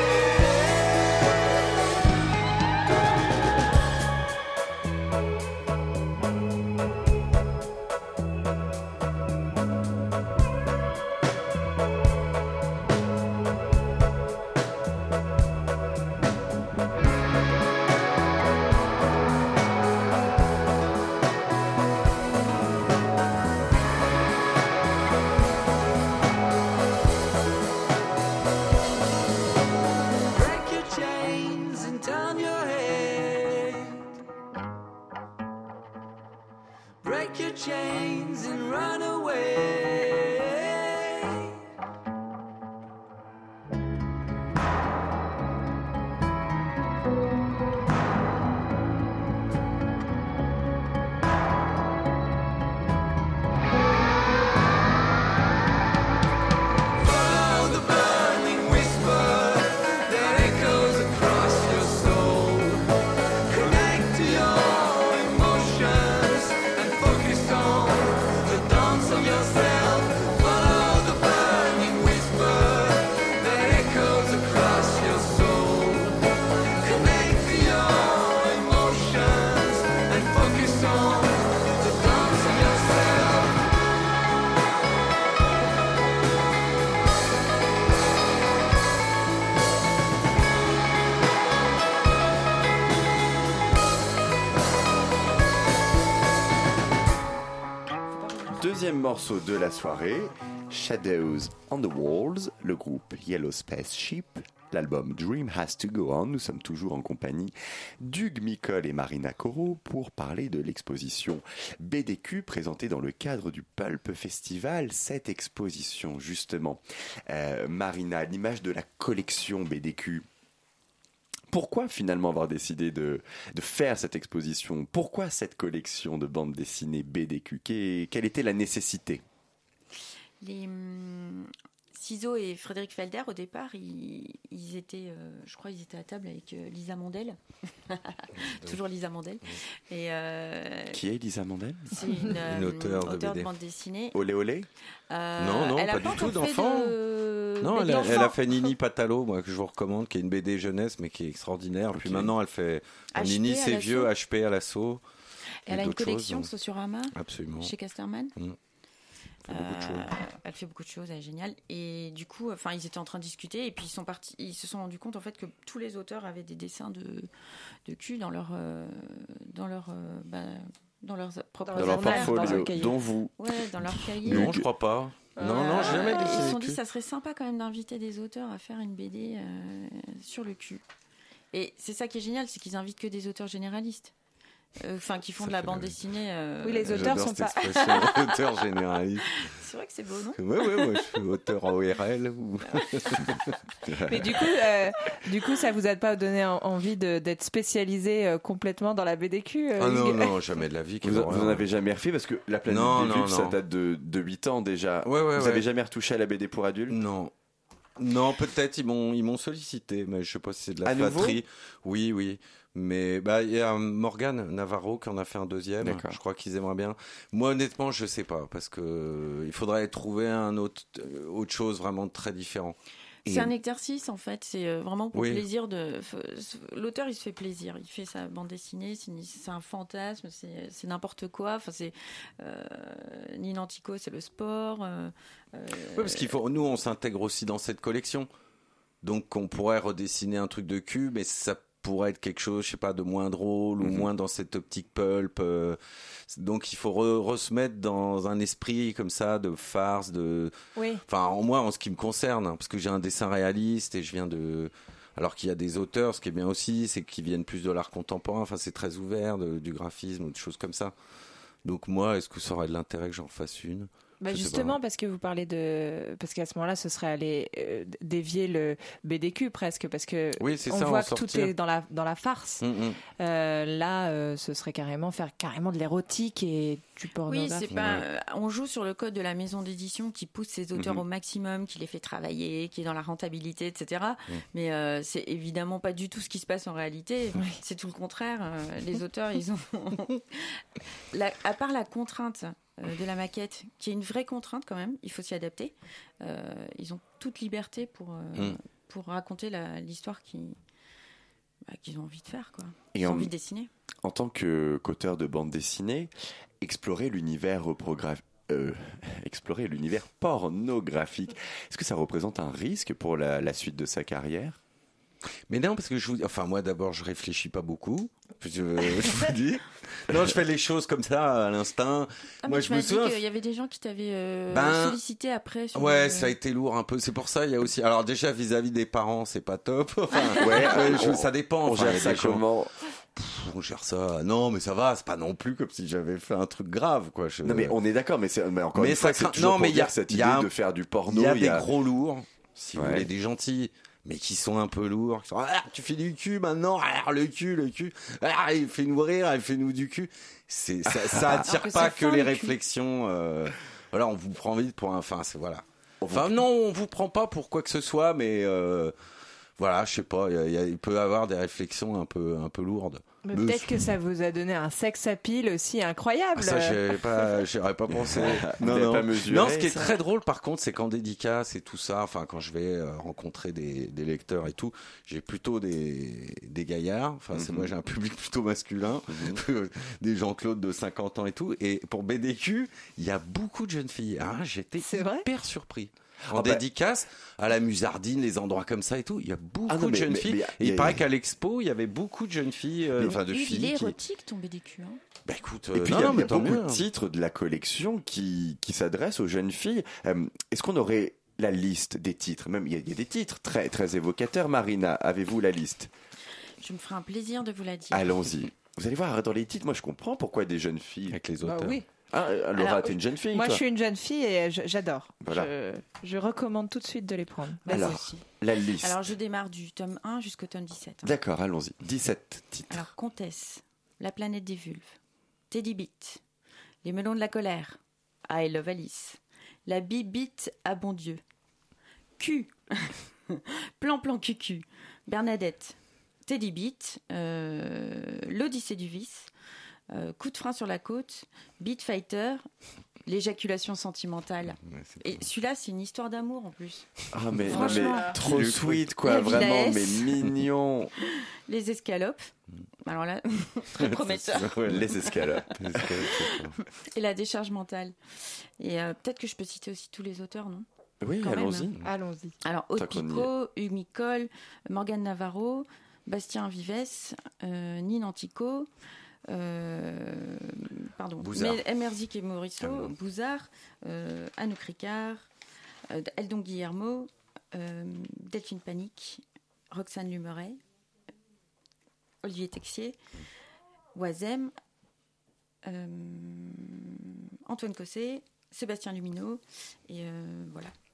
Break your chains and turn your head. Break your chains and run away. Follow the burning whisper that echoes across your soul. Connect to your emotions and focus on the dance of yourself. Follow the burning whisper that echoes across your soul. Connect to your emotions and focus on the dance of yourself.
Deuxième morceau de la soirée, Shadows on the Walls, le groupe Yellow Spaceship, l'album Dream Has to Go On. Nous sommes toujours en compagnie d'Hugues Micol et Marina Corot pour parler de l'exposition B D Q présentée dans le cadre du Pulp Festival. Cette exposition, justement, euh, Marina, à l'image de la collection B D Q, pourquoi finalement avoir décidé de, de faire cette exposition? Pourquoi cette collection de bandes dessinées B D Q? Qu'est- Quelle était la nécessité?
Les hum, Ciseaux et Frédéric Felder, au départ, ils, ils étaient, euh, je crois, ils étaient à table avec euh, Lisa Mandel. Toujours Lisa Mandel. Et, euh,
Qui est Lisa Mandel?
c'est une, euh,
Une auteure de
auteure
B D.
de bande dessinée.
Olé olé?
Euh,
Non, non,
elle a
pas du
encore
tout,
fait
d'enfant.
de-
Non,
mais
elle a,
d'enfant.
elle a fait Nini Patalo, moi, que je vous recommande, qui est une B D jeunesse, mais qui est extraordinaire. Puis
Ok.
maintenant, elle fait
H P
Nini,
à
c'est
l'assaut.
vieux, H P à l'assaut.
Elle
et
a une
d'autres
collection
choses,
Sociorama
Absolument.
chez Casterman.
Mm. Elle fait beaucoup de choses.
Euh, elle fait beaucoup de choses, elle est géniale. Et du coup, enfin, ils étaient en train de discuter et puis ils sont partis. Ils se sont rendus compte en fait que tous les auteurs avaient des dessins de de cul dans leur euh, dans leur euh, bah, dans leurs propres
Dans
Dans leur
journal, dans un
portfolio,
cahier.
dont vous.
Ouais, dans leur cahier.
Non, je crois pas. Non, non, j'ai jamais
Euh, Ils se
dessiné
sont
de
dit
cul.
ça serait sympa quand même d'inviter des auteurs à faire une B D euh, sur le cul. Et c'est ça qui est génial, c'est qu'ils invitent que des auteurs généralistes. Enfin, qui font
Ça
de la
fait
bande
le-
dessinée. euh,
Oui, les auteurs
J'adore
sont
cette
pas.
expression, auteur généraliste.
C'est vrai que c'est beau, non?
Ouais, ouais, moi je suis auteur en O R L. Ou...
Mais du coup, euh, du coup, ça vous a pas donné en- envie de- d'être spécialisé euh, complètement dans la B D Q euh,
Ah non,
Hugues
non, jamais de la vie. quelle
Vous,
horreur.
vous en avez jamais refait parce que la planète
Non,
des
non,
Vulpes, ça
non.
date de, de huit ans déjà.
Ouais, ouais,
vous
ouais.
avez jamais retouché à la B D pour adultes?
Non. Non, peut-être ils m'ont ils m'ont sollicité, mais je sais pas si c'est de la
À nouveau
flatterie. Oui, oui. Mais bah il y a Morgan Navarro qui en a fait un deuxième.
D'accord.
Je crois qu'ils aimeraient bien. Moi honnêtement je sais pas parce que euh, il faudrait trouver un autre euh, autre chose vraiment très différent.
C'est un exercice en fait, c'est euh, vraiment pour
Oui.
le plaisir de. f- L'auteur il se fait plaisir, il fait sa bande dessinée, c'est, une- c'est un fantasme, c'est, c'est n'importe quoi. Enfin, c'est. Euh, Ninantico, c'est le sport. Euh, euh,
Ouais, parce qu'il faut, nous on s'intègre aussi dans cette collection. Donc on pourrait redessiner un truc de cul, mais ça pourrait être quelque chose, je sais pas, de moins drôle ou
Mhm.
moins dans cette optique pulp. euh, donc il faut re, re se mettre dans un esprit comme ça de farce, de.
Oui.
Enfin, en moi, en ce qui me concerne, hein, parce que j'ai un dessin réaliste et je viens de. Alors qu'il y a des auteurs, ce qui est bien aussi, c'est qu'ils viennent plus de l'art contemporain. Enfin, c'est très ouvert, de- du graphisme ou des choses comme ça. Donc moi, est-ce que ça aurait de l'intérêt que j'en fasse une ?
Bah
Je sais
justement,
pas.
parce que vous parlez de. Parce qu'à ce moment-là, ce serait aller euh, dévier le B D Q presque. Parce que
Oui, c'est
on
ça.
voit
en
que tout
sortir.
est dans la, dans la farce.
Mm, mm.
Euh, là, euh, ce serait carrément faire carrément de l'érotique et du
Oui,
pornographe.
c'est pas. euh, On joue sur le code de la maison d'édition qui pousse ses auteurs
Mhm.
au maximum, qui les fait travailler, qui est dans la rentabilité, et cetera.
Mhm.
Mais euh, c'est évidemment pas du tout ce qui se passe en réalité.
Oui.
C'est tout le contraire. Euh, les auteurs, ils ont. La- À part la contrainte euh, de la maquette, qui est une vraie contrainte quand même, il faut s'y adapter. Euh, ils ont toute liberté pour euh,
Mhm.
pour raconter la- l'histoire qui. Bah, qu'ils ont envie de faire, quoi.
Et
Ils ont
en,
envie de dessiner.
en tant que qu'auteur de bande dessinée, explorer l'univers reprogra- euh, explorer l'univers pornographique, est-ce que ça représente un risque pour la, la suite de sa carrière ?
Mais non, parce que je vous, enfin moi d'abord je réfléchis pas beaucoup. Je, je vous le dis. Non, je fais les choses comme ça à l'instinct.
Ah,
Moi,
mais
je
tu
me
m'as dit
souviens-
qu'il y avait des gens qui t'avaient euh,
Ben,
sollicité après. Sur
Ouais,
le-
ça a été lourd un peu. C'est pour ça il y a aussi. Alors déjà vis-à-vis des parents, c'est pas top. Enfin,
Ouais,
ouais, je-
on-
ça dépend.
On
Enfin, il y
gère
a
ça
des gens-
comment ?
Pff, on gère ça. Non, mais ça va. C'est pas non plus comme si j'avais fait un truc grave, quoi. Je-
Non mais on est d'accord, mais, c'est, mais encore
Mais
une fois,
ça
c'est
craint-
toujours
non,
pour
mais il y
dire
a-
cette
il y
idée
a un-
de faire du porno.
Il y a des gros lourds, si vous
Ouais.
voulez, des gentils, mais qui sont un peu lourds. Qui sont, ah, tu fais du cul maintenant, ah, le cul, le cul. Ah, il fait nous rire, il fait nous du cul. C'est, ça, ça attire
Alors que
pas
c'est
que
fin,
les
le cul.
réflexions. euh, voilà, on vous prend vite pour un. Enfin, c'est voilà.
On vous-
Enfin, non, on vous prend pas pour quoi que ce soit, mais euh, voilà, je sais pas. Il y a- il y a- il peut y avoir des réflexions un peu, un peu lourdes.
Mais
Mais
peut-être que ça vous a donné un sex appeal aussi incroyable.
Ah, ça, j'ai pas, j'aurais pas pensé.
Vous
non,
n'avez
non.
pas mesuré
non, ce qui est
ça
très drôle, par contre, c'est qu'en dédicace et tout ça, enfin, quand je vais euh, rencontrer des, des lecteurs et tout, j'ai plutôt des, des gaillards. Enfin, c'est
Mhm.
moi, j'ai un public plutôt masculin,
Mhm.
des Jean-Claude de cinquante ans et tout. Et pour B D Q, il y a beaucoup de jeunes filles. Ah, j'étais
C'est vrai
hyper surpris. En
Ah bah-
dédicace, à la Musardine, les endroits comme ça et tout, il y a beaucoup
Ah non,
de
mais-
jeunes
mais-
filles.
mais-
et
mais-
il paraît qu'à l'expo, il y avait beaucoup de jeunes filles, euh,
Mais-
enfin de
Oui,
filles.
il est
qui-
érotique ton B D Q. Hein.
Bah écoute,
Et
euh,
puis
non,
il y a,
non,
il y a
mais tant
beaucoup
mieux.
de titres de la collection qui, qui s'adressent aux jeunes filles. Euh, est-ce qu'on aurait la liste des titres ? Même il y, a, il y a des titres très, très évocateurs. Marina, avez-vous la liste ?
Je me ferai un plaisir de vous la dire.
Allons-y. Vous allez voir, dans les titres, moi je comprends pourquoi des jeunes filles.
Avec les
Bah
auteurs.
oui.
Ah, Laura,
Alors,
t'es une jeune fille,
Moi,
toi.
je suis une jeune fille et je- j'adore.
Voilà.
Je, je recommande tout de suite de les prendre.
Bah,
Alors,
moi aussi.
La liste.
Alors, je démarre du tome un jusqu'au tome dix-sept. hein.
D'accord, allons-y. dix-sept titres.
Alors, Comtesse, La planète des vulves, Teddy Beat, Les melons de la colère, I Love Alice, La bibite à bon Dieu, Q, Plan Plan Q Q, Bernadette, Teddy Beat, euh, L'Odyssée du vice, euh, Coup de frein sur la côte, Beat Fighter, L'éjaculation sentimentale.
Ouais, c'est
Et celui-là, c'est une histoire d'amour en plus.
Ah, mais, non,
Franchement.
mais trop
Le
sweet, quoi.
La Villa
Vraiment,
S.
mais mignon.
Les escalopes. Alors là, très prometteur.
Ouais,
Les escalopes.
les escalopes, c'est pas-
Et la décharge mentale. Et euh, peut-être que je peux citer aussi tous les auteurs, non ?
Oui,
Quand même,
allons-y.
Allons-y.
Alors, Aude
Tant qu'on y
Picot, Hugues Micole, Morgane Navarro, Bastien Vives, euh, Ninantico, euh, pardon,
Bouzard.
Mel- Emerzic et Morisseau,
Ah non.
Bouzard, euh, Anouk Ricard, euh, Eldon Guillermo, euh, Delphine Panique, Roxane Lumeret, Olivier Texier, Oisem, euh, Antoine Cosset, Sébastien Lumineau, et euh, voilà.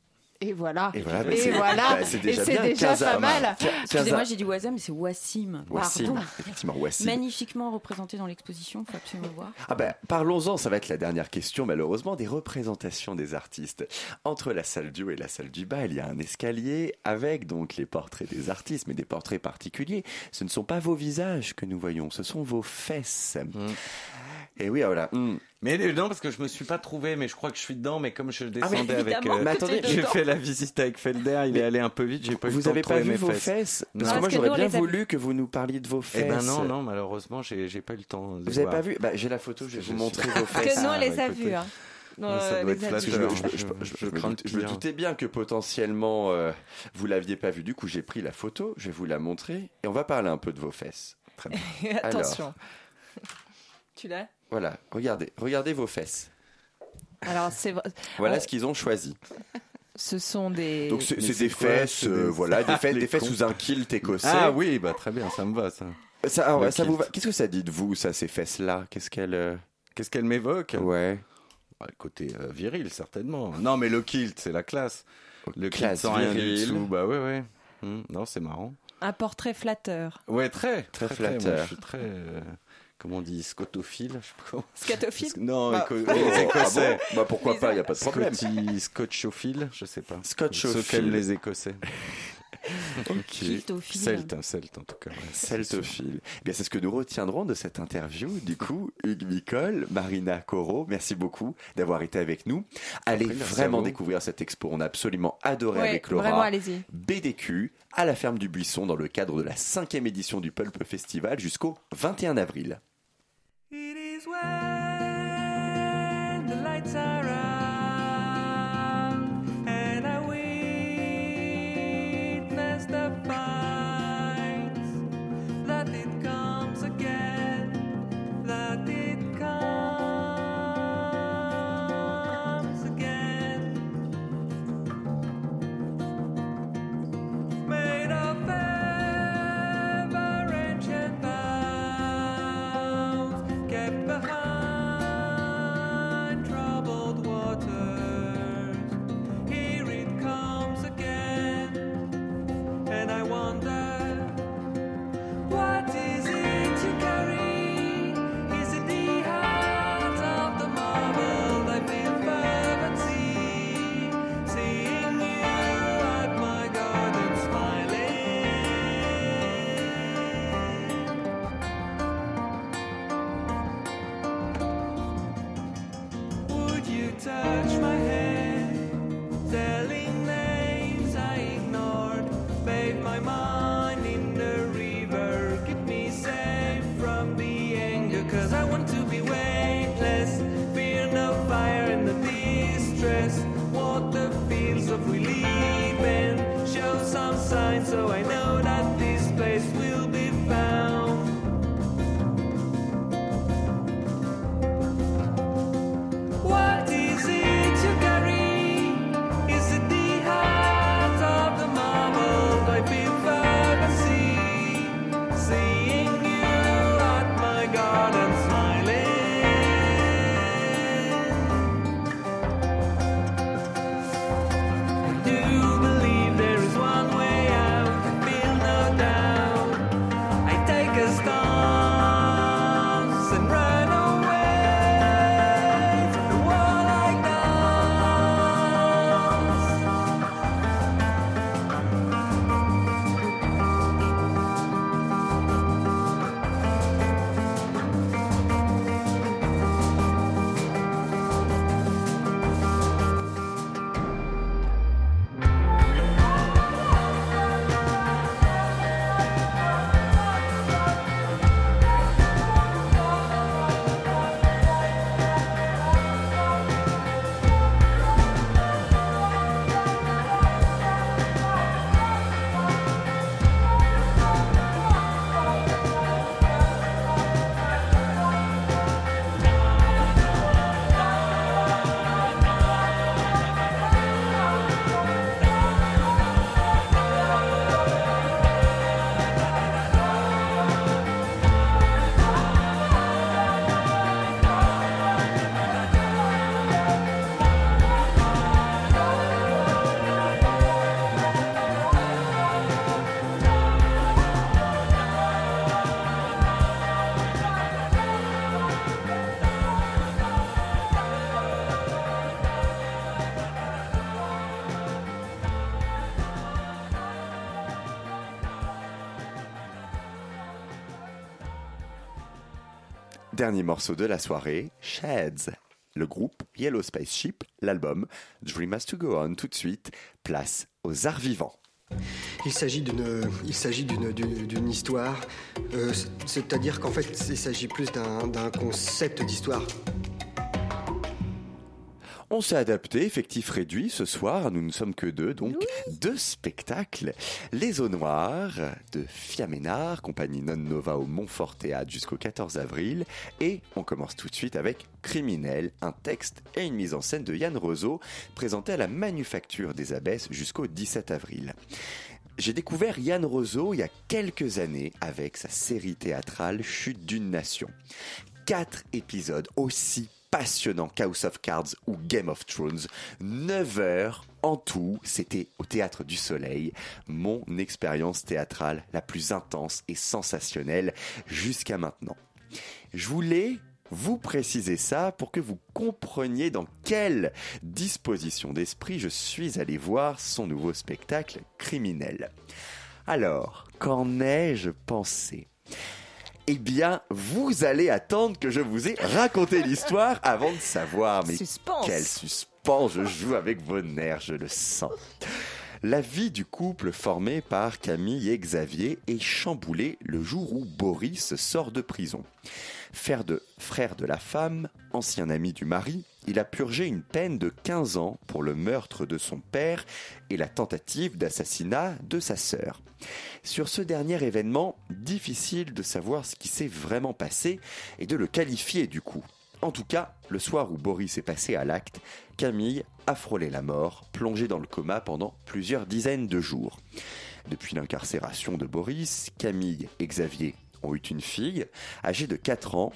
Et voilà.
Et voilà, bah,
Et
c'est,
voilà.
bah, c'est déjà
Et c'est
bien.
déjà
quinze
pas
ans.
mal.
Excusez-moi, j'ai dit Wassim, mais c'est Wassim.
Wassim,
Pardon.
effectivement, Wassim.
Magnifiquement représenté dans l'exposition, il faut absolument voir.
Ah ben, parlons-en, ça va être la dernière question malheureusement, des représentations des artistes. Entre la salle du haut et la salle du bas, il y a un escalier avec donc les portraits des artistes, mais des portraits particuliers. Ce ne sont pas vos visages que nous voyons, ce sont vos fesses.
Mmh.
Et oui, voilà. Mmh.
Mais non, parce que je me suis pas trouvé, mais je crois que je suis dedans. Mais comme je descendais
Ah, mais
avec,
évidemment
Mais attendez,
que t'es
j'ai
dedans.
fait la visite avec Felder, il
Mais
est allé un peu vite, j'ai pas eu le
Vous
temps
avez
de
pas
trouver
vu
mes
vos
fesses.
fesses? Parce
Non.
que
Parce
moi
que
j'aurais
nous, on
bien
les a
voulu que vous nous parliez de vos fesses.
Eh ben non, non, malheureusement, j'ai, j'ai pas eu le temps. De les
Vous avez
voir.
pas vu? Bah, j'ai la photo, je vais
Je
vous
suis-
montrer vos
Parce
fesses.
que nous, on
Ah,
les
bah,
a
écoutez.
vus. Hein. Non,
Ouais, ça
euh,
doit
les
être
adultes.
Je, me-
flatteur.
je, me- je, me- je,
Je
me
crains
doute-
le
je me
pire.
doutais bien que potentiellement euh, vous l'aviez pas vu. Du coup, j'ai pris la photo, je vais vous la montrer et on va parler un peu de vos fesses. Très bien.
Attention. Tu l'as?
Voilà, regardez, regardez vos fesses.
Alors, c'est vrai.
Voilà
On-
ce qu'ils ont choisi.
Ce sont des.
Donc c'est,
Mais
c'est
c'est
des
quoi,
fesses,
c'est
euh,
des-
voilà, des fesses,
Les
des fesses
cons.
sous un kilt écossais.
Ah oui, bah très bien, ça me va ça.
Ça, alors,
Le
ça vous
kilt.
va. Qu'est-ce que ça dit de vous, ça, ces fesses-là? Qu'est-ce qu'elles euh,
Qu'est-ce qu'elle m'évoque?
Ouais.
Bah, le côté euh, viril, certainement. Non, mais le kilt, c'est la classe. Le kilt
Classe
sans rien
viril.
dessous, bah ouais, ouais. Hum, non, c'est marrant.
Un portrait flatteur.
Ouais, très,
Très
Moi,
flatteur.
je suis très, euh, comment on dit, scotophile, je sais pas comment.
Scatophile?
Non,
Bah.
éco-
Oh,
les
ah
Écossais.
bon Bah pourquoi pas, il y a pas de problème.
Scotty, scotchophile, je sais pas.
Scotchophile.
Ceux qu'aiment les Écossais.
Kiltophile.
Celte, un celte en tout cas. ouais.
Celtophile. Eh bien, c'est ce que nous retiendrons de cette interview. Du coup, Hugues Micol, Marina Corot, merci beaucoup d'avoir été avec nous. Allez
prie, merci
vraiment
à vous.
découvrir cette expo. On a absolument adoré
Ouais,
avec Laura.
vraiment, allez-y.
B D Q à la ferme du Buisson dans le cadre de la cinquième édition du Pulp Festival jusqu'au vingt et un avril.
It is when the lights are out and I witness the fights that it comes again, that it comes again. Made of ever ancient vows, kept behind troubled waters. Here it comes again, and I wonder, what is it you carry? Is it the heart of the marble? I feel fervency, seeing you at my garden smiling. Would you touch my hand, telling names I ignored, bathe my mind in the river, keep me safe from the anger, 'cause I want to be weightless, fear no fire in the distress, walk the fields of relieving, show some signs so I know that this place will be found. What is it you carry? Is it the heart of the marble? I feel fervency, seeing you at my garden smiling. I do believe there is one way out.
Dernier morceau de la soirée, Shads. Le groupe Yellow Spaceship, l'album Dream Has to Go On. Tout de suite, place aux arts vivants.
Il s'agit d'une, il s'agit d'une, d'une, d'une histoire, euh, c'est-à-dire qu'en fait, il s'agit plus d'un, d'un concept d'histoire.
On s'est adapté, effectif réduit ce soir, nous ne sommes que deux, donc oui. deux spectacles. Les Eaux Noires de Fiaménard, compagnie Non Nova au Montfort Théâtre jusqu'au quatorze avril. Et on commence tout de suite avec Criminel, un texte et une mise en scène de Yann Roseau, présenté à la Manufacture des Abbesses jusqu'au dix-sept avril. J'ai découvert Yann Roseau il y a quelques années avec sa série théâtrale Chute d'une Nation. Quatre épisodes aussi passionnant qu'House of Cards ou Game of Thrones. neuf heures en tout, c'était au Théâtre du Soleil, mon expérience théâtrale la plus intense et sensationnelle jusqu'à maintenant. Je voulais vous préciser ça pour que vous compreniez dans quelle disposition d'esprit je suis allé voir son nouveau spectacle Criminel. Alors, qu'en ai-je pensé ? Eh bien, vous allez attendre que je vous ai raconté l'histoire avant de savoir. Mais
suspense.
Quel suspense, je joue avec vos nerfs, je le sens. La vie du couple formé par Camille et Xavier est chamboulée le jour où Boris sort de prison. Frère de, frère de la femme, ancien ami du mari, il a purgé une peine de quinze ans pour le meurtre de son père et la tentative d'assassinat de sa sœur. Sur ce dernier événement, difficile de savoir ce qui s'est vraiment passé et de le qualifier du coup. En tout cas, le soir où Boris est passé à l'acte, Camille a frôlé la mort, plongée dans le coma pendant plusieurs dizaines de jours. Depuis l'incarcération de Boris, Camille et Xavier ont eu une fille, âgée de quatre ans,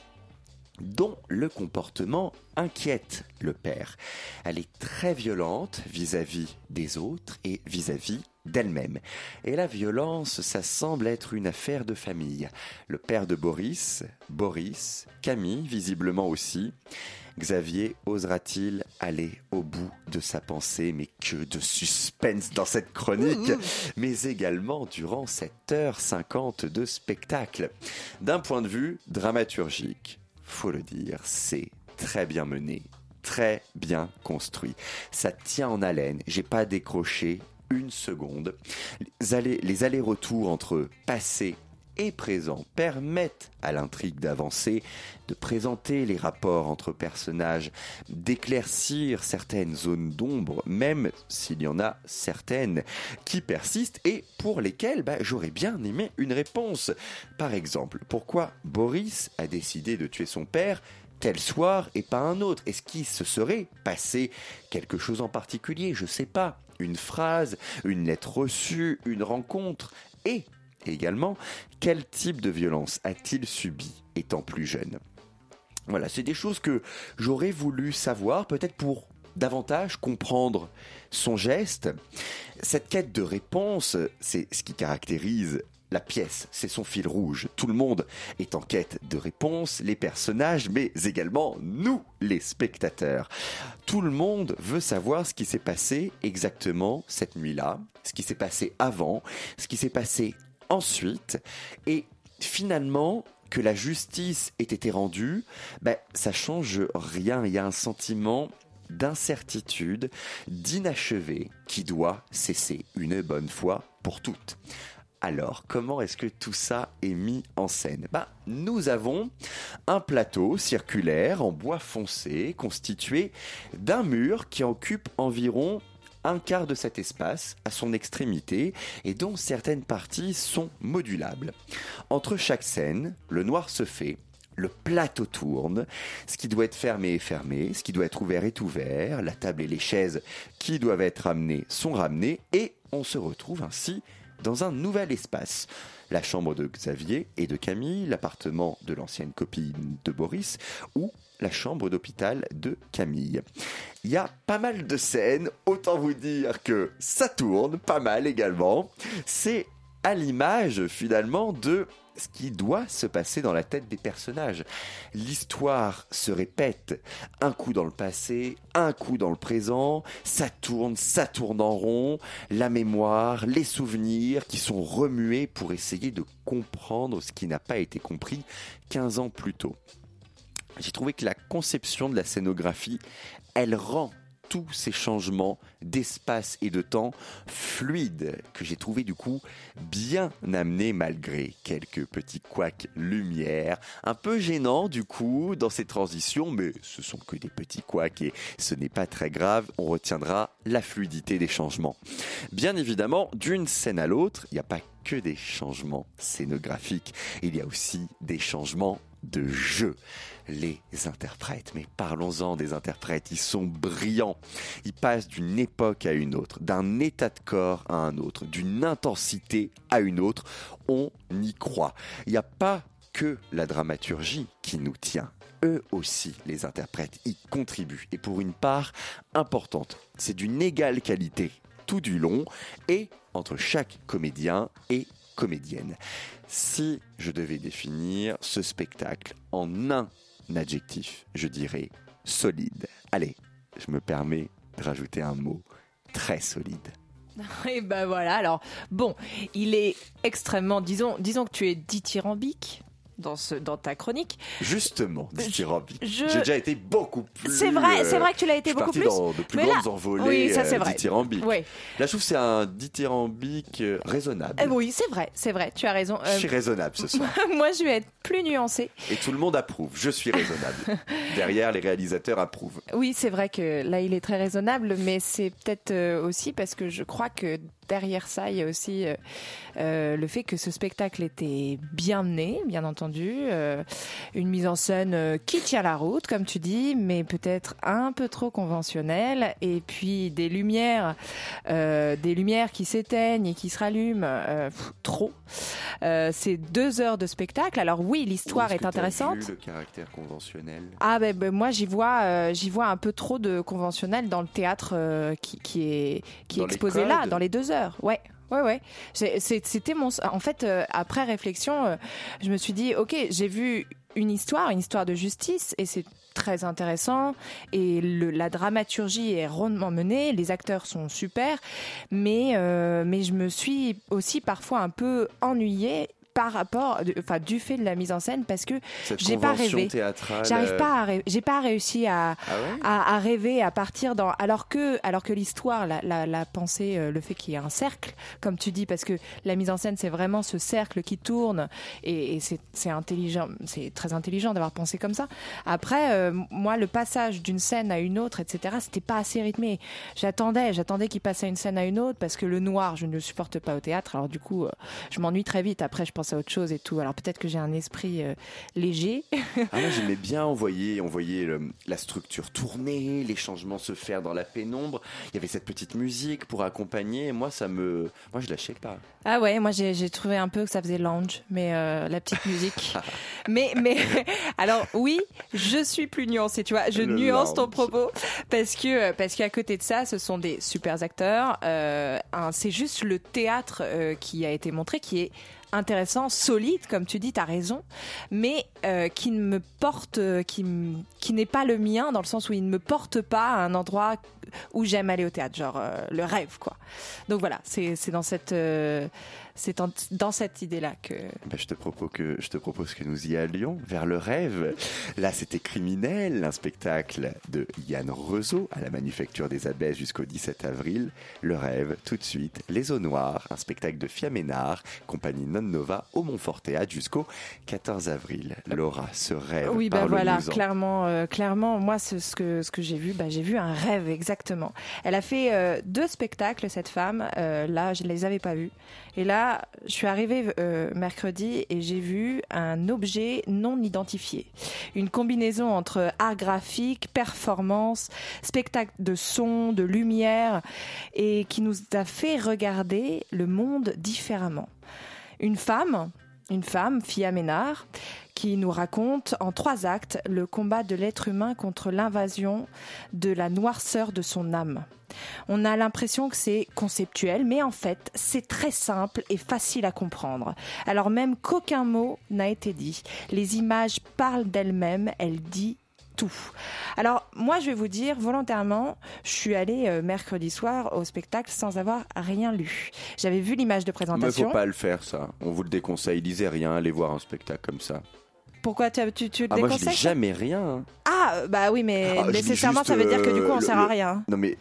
dont le comportement inquiète le père. Elle est très violente vis-à-vis des autres et vis-à-vis d'elle-même. Et la violence, ça semble être une affaire de famille. Le père de Boris, Boris, Camille, visiblement aussi. Xavier osera-t-il aller au bout de sa pensée? Mais que de suspense dans cette chronique! Mais également durant cette heure cinquante de spectacle. D'un point de vue dramaturgique, faut le dire, c'est très bien mené, très bien construit. Ça tient en haleine, j'ai pas décroché une seconde. Les, allers, les allers-retours entre passé et présent permettent à l'intrigue d'avancer, de présenter les rapports entre personnages, d'éclaircir certaines zones d'ombre, même s'il y en a certaines qui persistent et pour lesquelles bah, j'aurais bien aimé une réponse. Par exemple, pourquoi Boris a décidé de tuer son père tel soir et pas un autre? Est-ce qu'il se serait passé quelque chose en particulier? Je sais pas. Une phrase, une lettre reçue, une rencontre. Et également, quel type de violence a-t-il subi étant plus jeune? Voilà, c'est des choses que j'aurais voulu savoir, peut-être pour davantage comprendre son geste. Cette quête de réponse, c'est ce qui caractérise la pièce, c'est son fil rouge. Tout le monde est en quête de réponse, les personnages, mais également nous, les spectateurs. Tout le monde veut savoir ce qui s'est passé exactement cette nuit-là, ce qui s'est passé avant, ce qui s'est passé ensuite, et finalement, que la justice ait été rendue, ben, ça change rien. Il y a un sentiment d'incertitude, d'inachevé qui doit cesser une bonne fois pour toutes. Alors, comment est-ce que tout ça est mis en scène? Ben, nous avons un plateau circulaire en bois foncé constitué d'un mur qui occupe environ un quart de cet espace à son extrémité et dont certaines parties sont modulables. Entre chaque scène, le noir se fait, le plateau tourne, ce qui doit être fermé est fermé, ce qui doit être ouvert est ouvert, la table et les chaises qui doivent être ramenées sont ramenées et on se retrouve ainsi dans un nouvel espace. La chambre de Xavier et de Camille, l'appartement de l'ancienne copine de Boris ou la chambre d'hôpital de Camille. Il y a pas mal de scènes, autant vous dire que ça tourne pas mal également. C'est à l'image finalement de ce qui doit se passer dans la tête des personnages. L'histoire se répète, un coup dans le passé, un coup dans le présent, ça tourne, ça tourne en rond, la mémoire, les souvenirs qui sont remués pour essayer de comprendre ce qui n'a pas été compris quinze ans plus tôt. j'ai trouvé que la conception de la scénographie, elle rend tous ces changements d'espace et de temps fluides, que j'ai trouvé du coup bien amenés malgré quelques petits couacs lumière, un peu gênants du coup dans ces transitions, mais ce sont que des petits couacs et ce n'est pas très grave, on retiendra la fluidité des changements. Bien évidemment, d'une scène à l'autre, il n'y a pas que des changements scénographiques, il y a aussi des changements de jeu. Les interprètes, mais parlons-en des interprètes, ils sont brillants. Ils passent d'une époque à une autre, d'un état de corps à un autre, d'une intensité à une autre. On y croit. Il n'y a pas que la dramaturgie qui nous tient. Eux aussi, les interprètes, y contribuent. Et pour une part importante, c'est d'une égale qualité tout du long et entre chaque comédien et comédienne. Si je devais définir ce spectacle en un adjectif, je dirais solide. Allez, je me permets de rajouter un mot, très solide.
Et ben voilà, alors bon, il est extrêmement, disons, disons que tu es dithyrambique dans, ce, dans ta chronique.
Justement, dithyrambique.
Je...
J'ai déjà été beaucoup plus...
C'est vrai, c'est vrai que tu l'as été
je suis
beaucoup
parti
plus.
dans de plus
mais
grandes
là...
envolées
oui, ça, c'est vrai.
dithyrambiques.
Oui.
Là, je trouve que c'est un dithyrambique raisonnable.
Euh, oui, c'est vrai, c'est vrai, tu as raison.
Je suis raisonnable ce soir.
Moi, je vais être plus nuancée.
Et tout le monde approuve, je suis raisonnable. Derrière, les réalisateurs approuvent.
Oui, c'est vrai que là, il est très raisonnable, mais c'est peut-être euh, aussi parce que je crois que derrière ça, il y a aussi euh, euh, le fait que ce spectacle était bien mené, bien entendu, euh, une mise en scène euh, qui tient la route, comme tu dis, mais peut-être un peu trop conventionnelle, et puis des lumières, euh, des lumières qui s'éteignent et qui se rallument euh, pff, trop. Euh, c'est deux heures de spectacle. Alors oui, l'histoire est, est intéressante.
Vu le caractère conventionnel.
Ah ben, ben moi j'y vois, euh, j'y vois un peu trop de conventionnel dans le théâtre euh, qui, qui est qui est exposé là, dans les deux heures. Ouais. Ouais, ouais. C'est, c'était mon. En fait, euh, après réflexion, euh, je me suis dit, ok, j'ai vu une histoire, une histoire de justice, et c'est très intéressant. Et le, la dramaturgie est rondement menée, les acteurs sont super, mais euh, mais je me suis aussi parfois un peu ennuyée par rapport, enfin du fait de la mise en scène, parce que
cette
j'ai pas rêvé. J'arrive pas à rêver. J'ai pas réussi à,
ah ouais
à à rêver, à partir dans. Alors que alors que l'histoire, la, la la pensée, le fait qu'il y ait un cercle, comme tu dis, parce que la mise en scène c'est vraiment ce cercle qui tourne, et, et c'est c'est intelligent, c'est très intelligent d'avoir pensé comme ça. Après, euh, moi le passage d'une scène à une autre, et cetera, c'était pas assez rythmé. J'attendais, j'attendais qu'il passe à une scène à une autre, parce que le noir, je ne le supporte pas au théâtre. Alors du coup, euh, je m'ennuie très vite. Après, je pense à autre chose et tout. Alors peut-être que j'ai un esprit euh, léger.
Ah, moi j'aimais bien envoyer, envoyer le, la structure tourner, les changements se faire dans la pénombre. Il y avait cette petite musique pour accompagner. Et moi ça me, moi je lâchais pas.
Ah ouais, moi j'ai, j'ai trouvé un peu que ça faisait lounge, mais euh, la petite musique. mais mais alors oui, je suis plus nuancée, tu vois. Je le nuance lounge. Ton propos parce que parce qu'à côté de ça, ce sont des super acteurs. Euh, un, c'est juste le théâtre euh, qui a été montré, qui est intéressant, solide, comme tu dis, t'as raison, mais euh, qui ne me porte, euh, qui, m- qui n'est pas le mien, dans le sens où il ne me porte pas à un endroit où j'aime aller au théâtre, genre euh, le rêve, quoi. Donc voilà, c'est, c'est dans cette, euh, c'est en, dans cette idée-là que.
Ben, je te propose que je te propose que nous y allions vers le rêve. Là, c'était Criminel, un spectacle de Yann Rezeau à la Manufacture des Abbesses jusqu'au dix-sept avril. Le rêve, tout de suite, Les Eaux Noires, un spectacle de Fia Ménard, compagnie Non Nova au Montfort Théâtre jusqu'au quatorze avril. Laura, ce rêve.
Oui, ben voilà, clairement, euh, clairement, moi, ce, ce que ce que j'ai vu, ben j'ai vu un rêve exactement. Elle a fait euh, deux spectacles, cette femme. Euh, là, je les avais pas vus. Et là, je suis arrivée euh, mercredi et j'ai vu un objet non identifié. Une combinaison entre art graphique, performance, spectacle de son, de lumière, et qui nous a fait regarder le monde différemment. Une femme, une femme, Fia Ménard, qui nous raconte en trois actes le combat de l'être humain contre l'invasion de la noirceur de son âme. On a l'impression que c'est conceptuel, mais en fait, c'est très simple et facile à comprendre. Alors même qu'aucun mot n'a été dit. Les images parlent d'elles-mêmes, elles disent tout. Alors, moi, je vais vous dire, volontairement, je suis allée euh, mercredi soir au spectacle sans avoir rien lu. J'avais vu l'image de présentation.
Mais faut pas le faire, ça. On vous le déconseille. Lisez rien, allez voir un spectacle comme ça.
Pourquoi tu, tu, tu le
Ah, moi, je
déconseilles
lis jamais rien. hein.
Ah, bah oui, mais
Ah, je lis
nécessairement,
juste,
ça veut dire que du coup, on
euh,
sert
le-
à rien.
Non, mais.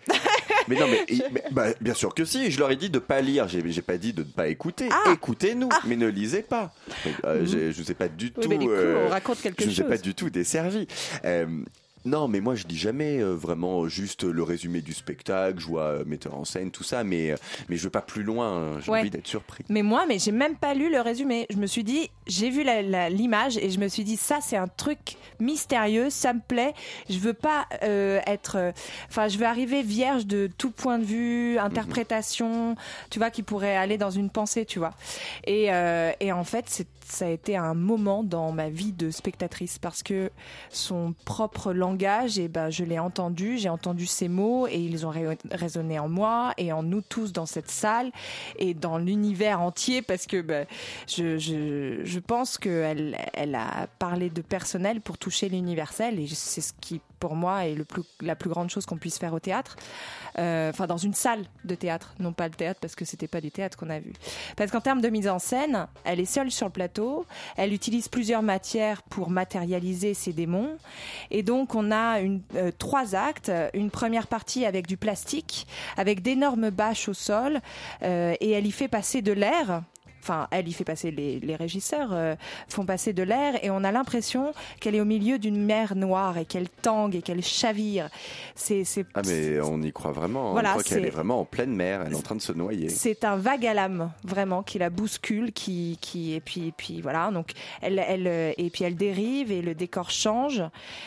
mais non, mais, mais- bah, bien sûr que si. Je leur ai dit de pas lire. J'ai, j'ai pas dit de ne pas écouter.
Ah.
Écoutez-nous,
Ah.
mais ne lisez pas. Euh,
Mhm.
j'ai- je ne sais pas du
Oui,
tout.
mais du coup,
euh,
on raconte quelque
je ne
chose.
sais pas du tout desservi. Euh, Non, mais moi je lis jamais euh, vraiment juste le résumé du spectacle, je vois euh, metteur en scène, tout ça, mais, euh, mais je veux pas plus loin, hein. J'ai
Ouais.
envie d'être surpris.
Mais moi, mais j'ai même pas lu le résumé. Je me suis dit, j'ai vu la- la- l'image et je me suis dit, ça c'est un truc mystérieux, ça me plaît. Je veux pas euh, être, euh, enfin, je veux arriver vierge de tout point de vue, interprétation, tu vois, qui pourrait aller dans une pensée, tu vois. Et, euh, et en fait, c'est ça a été un moment dans ma vie de spectatrice parce que son propre langage, et ben, je l'ai entendu, j'ai entendu ses mots et ils ont ré- résonné en moi et en nous tous dans cette salle et dans l'univers entier parce que ben, je, je, je pense qu'elle elle a parlé de personnel pour toucher l'universel et c'est ce qui pour moi est le plus, la plus grande chose qu'on puisse faire au théâtre, euh, enfin dans une salle de théâtre, non pas le théâtre parce que c'était pas du théâtre qu'on a vu. Parce qu'en termes de mise en scène, elle est seule sur le plateau, elle utilise plusieurs matières pour matérialiser ses démons, et donc on a une, euh, trois actes, une première partie avec du plastique, avec d'énormes bâches au sol, euh, et elle y fait passer de l'air. Enfin, elle y fait passer, les, les régisseurs euh, font passer de l'air et on a l'impression qu'elle est au milieu d'une mer noire et qu'elle tangue et qu'elle chavire. C'est, c'est,
Ah mais on y croit vraiment,
Voilà,
on croit qu'elle
c'est-
est vraiment en pleine mer, elle est en train de se noyer.
c'est un vague à l'âme vraiment qui la bouscule, qui, qui et puis, et puis voilà. Donc elle, elle euh, et puis elle dérive et le décor change.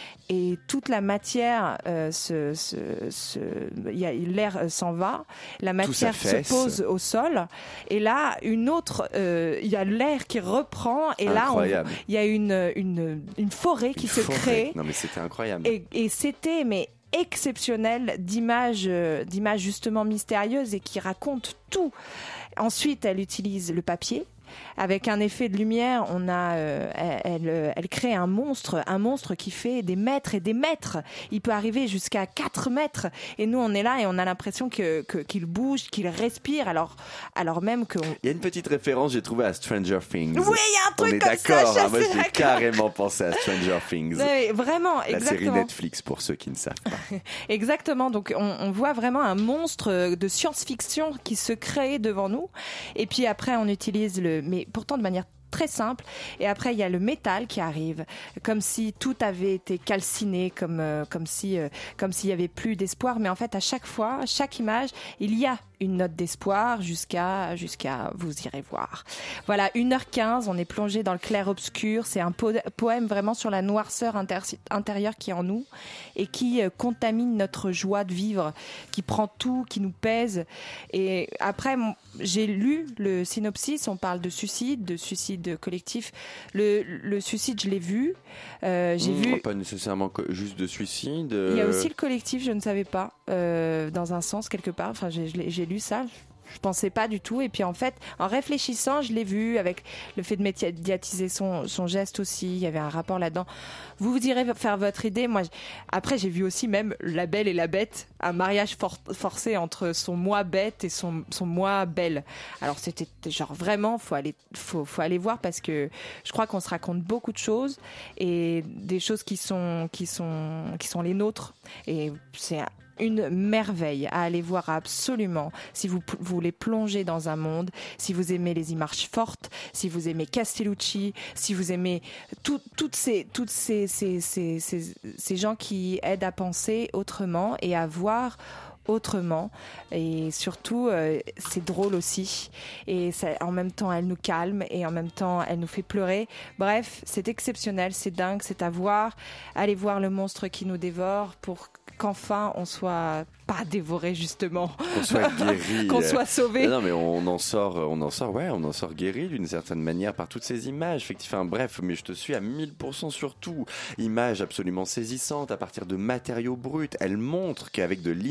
Et toute la matière, euh, se, se, se, il y a, l'air euh, s'en va, la matière se
s'affaisse.
pose au sol, et là une autre, euh, il y a l'air qui reprend, et là on-
Incroyable.
il y a une, une, une forêt qui
Une
se
forêt.
crée,
Non mais c'était incroyable.
et, et c'était mais exceptionnel d'images, euh, d'images justement mystérieuses et qui racontent tout. Ensuite, elle utilise le papier. Avec un effet de lumière, on a, euh, elle, elle, elle crée un monstre, un monstre qui fait des mètres et des mètres. Il peut arriver jusqu'à quatre mètres. Et nous, on est là et on a l'impression que, que- qu'il bouge, qu'il respire, alors, alors même que.
Il y a une petite référence, j'ai trouvé à Stranger Things.
Oui, il y a un truc
On est
comme ça,
d'accord,
je
hein, moi
suis
j'ai
d'accord.
carrément pensé à Stranger Things.
Ouais, vraiment,
La série
exactement.
Netflix pour ceux qui ne savent pas.
Exactement. Donc, on, on voit vraiment un monstre de science-fiction qui se crée devant nous. Et puis après, on utilise le, mais pourtant de manière très simple. Et après, il y a le métal qui arrive, comme si tout avait été calciné, comme euh, comme si euh, comme s'il y avait plus d'espoir. Mais en fait, à chaque fois, à chaque image, il y a une note d'espoir jusqu'à jusqu'à vous irez voir. Voilà, une heure quinze, on est plongé dans le clair-obscur. C'est un po- poème vraiment sur la noirceur inter- intérieure qui est en nous et qui euh, contamine notre joie de vivre, qui prend tout, qui nous pèse. Et après, mon- j'ai lu le synopsis, on parle de suicide, de suicide collectif. Le, le suicide, je l'ai vu. Euh, j'ai
Mmh,
vu...
Pas nécessairement co- juste de suicide.
Il y a
euh,
aussi le collectif, je ne savais pas, euh, dans un sens quelque part. Enfin, j'ai, je l'ai- j'ai lu ça. Je pensais pas du tout. Et puis en fait, en réfléchissant, je l'ai vu avec le fait de médiatiser son, son geste aussi. Il y avait un rapport là-dedans. Vous vous irez faire votre idée. Moi, j- après, j'ai vu aussi même La Belle et la Bête, un mariage for- forcé entre son moi bête et son, son moi belle. Alors c'était genre vraiment, faut aller, faut, faut aller voir parce que je crois qu'on se raconte beaucoup de choses et des choses qui sont, qui sont, qui sont les nôtres. Et c'est une merveille à aller voir absolument si vous, vous voulez plonger dans un monde, si vous aimez les images fortes, si vous aimez Castellucci, si vous aimez tout, toutes ces, toutes ces, ces, ces, ces, ces gens qui aident à penser autrement et à voir autrement, et surtout euh, c'est drôle aussi et ça, en même temps elle nous calme et en même temps elle nous fait pleurer. Bref, c'est exceptionnel, c'est dingue, c'est à voir. Allez voir le monstre qui nous dévore pour qu'enfin on soit pas dévoré justement,
qu'on soit guéri,
qu'on soit sauvé.
Non mais on en sort, on en sort, ouais, on en sort guéri d'une certaine manière par toutes ces images. Effectivement, enfin, bref, mais je te suis à mille pour cent sur tout. Images absolument saisissantes à partir de matériaux bruts. Elle montre qu'avec de l'imagination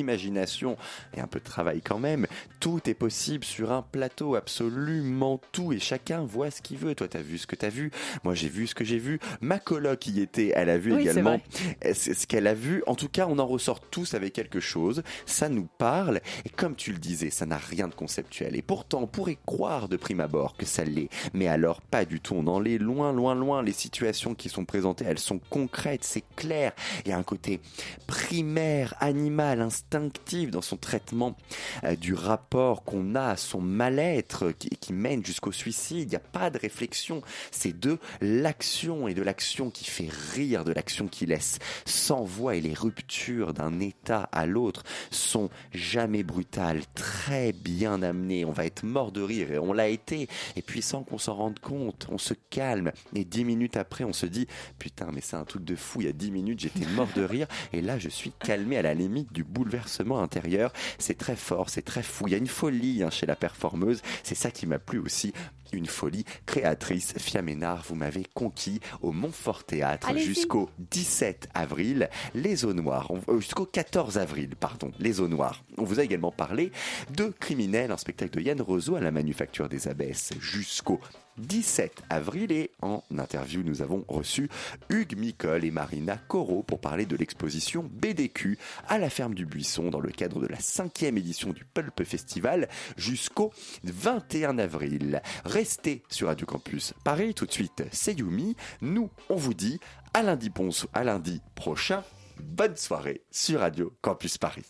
imagination et un peu de travail quand même, tout est possible sur un plateau, absolument tout, et chacun voit ce qu'il veut. Toi, t'as vu ce que t'as vu, moi j'ai vu ce que j'ai vu, ma coloc y était, elle a vu
Oui,
également c'est ce qu'elle a vu. En tout cas, on en ressort tous avec quelque chose, ça nous parle, et comme tu le disais, ça n'a rien de conceptuel, et pourtant on pourrait croire de prime abord que ça l'est, mais alors pas du tout, on en est loin, loin, loin. Les situations qui sont présentées, elles sont concrètes, c'est clair, il y a un côté primaire, animal, instinctif dans son traitement euh, du rapport qu'on a à son mal-être qui, qui mène jusqu'au suicide. Il n'y a pas de réflexion, c'est de l'action, et de l'action qui fait rire, de l'action qui laisse sans voix, et les ruptures d'un état à l'autre sont jamais brutales, très bien amenées. On va être mort de rire, et on l'a été, et puis sans qu'on s'en rende compte, on se calme, et dix minutes après on se dit putain mais c'est un truc de fou, il y a dix minutes j'étais mort de rire, et là je suis calmé à la limite du bouleversement intérieur. C'est très fort, c'est très fou, il y a une folie hein, chez la performeuse, c'est ça qui m'a plu aussi, une folie créatrice. Fia Ménard, vous m'avez conquis au Montfort Théâtre. Allez-y. Jusqu'au dix-sept avril, les Eaux Noires, on, jusqu'au quatorze avril, pardon, les Eaux Noires. On vous a également parlé de Criminel, un spectacle de Yann Roseau à la Manufacture des Abbesses, jusqu'au dix-sept avril, et en interview nous avons reçu Hugues Micol et Marina Corot pour parler de l'exposition B D Q à la Ferme du Buisson dans le cadre de la cinquième édition du Pulp Festival jusqu'au vingt et un avril. Restez sur Radio Campus Paris, tout de suite c'est Yumi, nous on vous dit à lundi, ponce, à lundi prochain, bonne soirée sur Radio Campus Paris.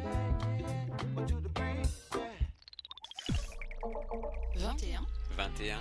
vingt et un vingt et un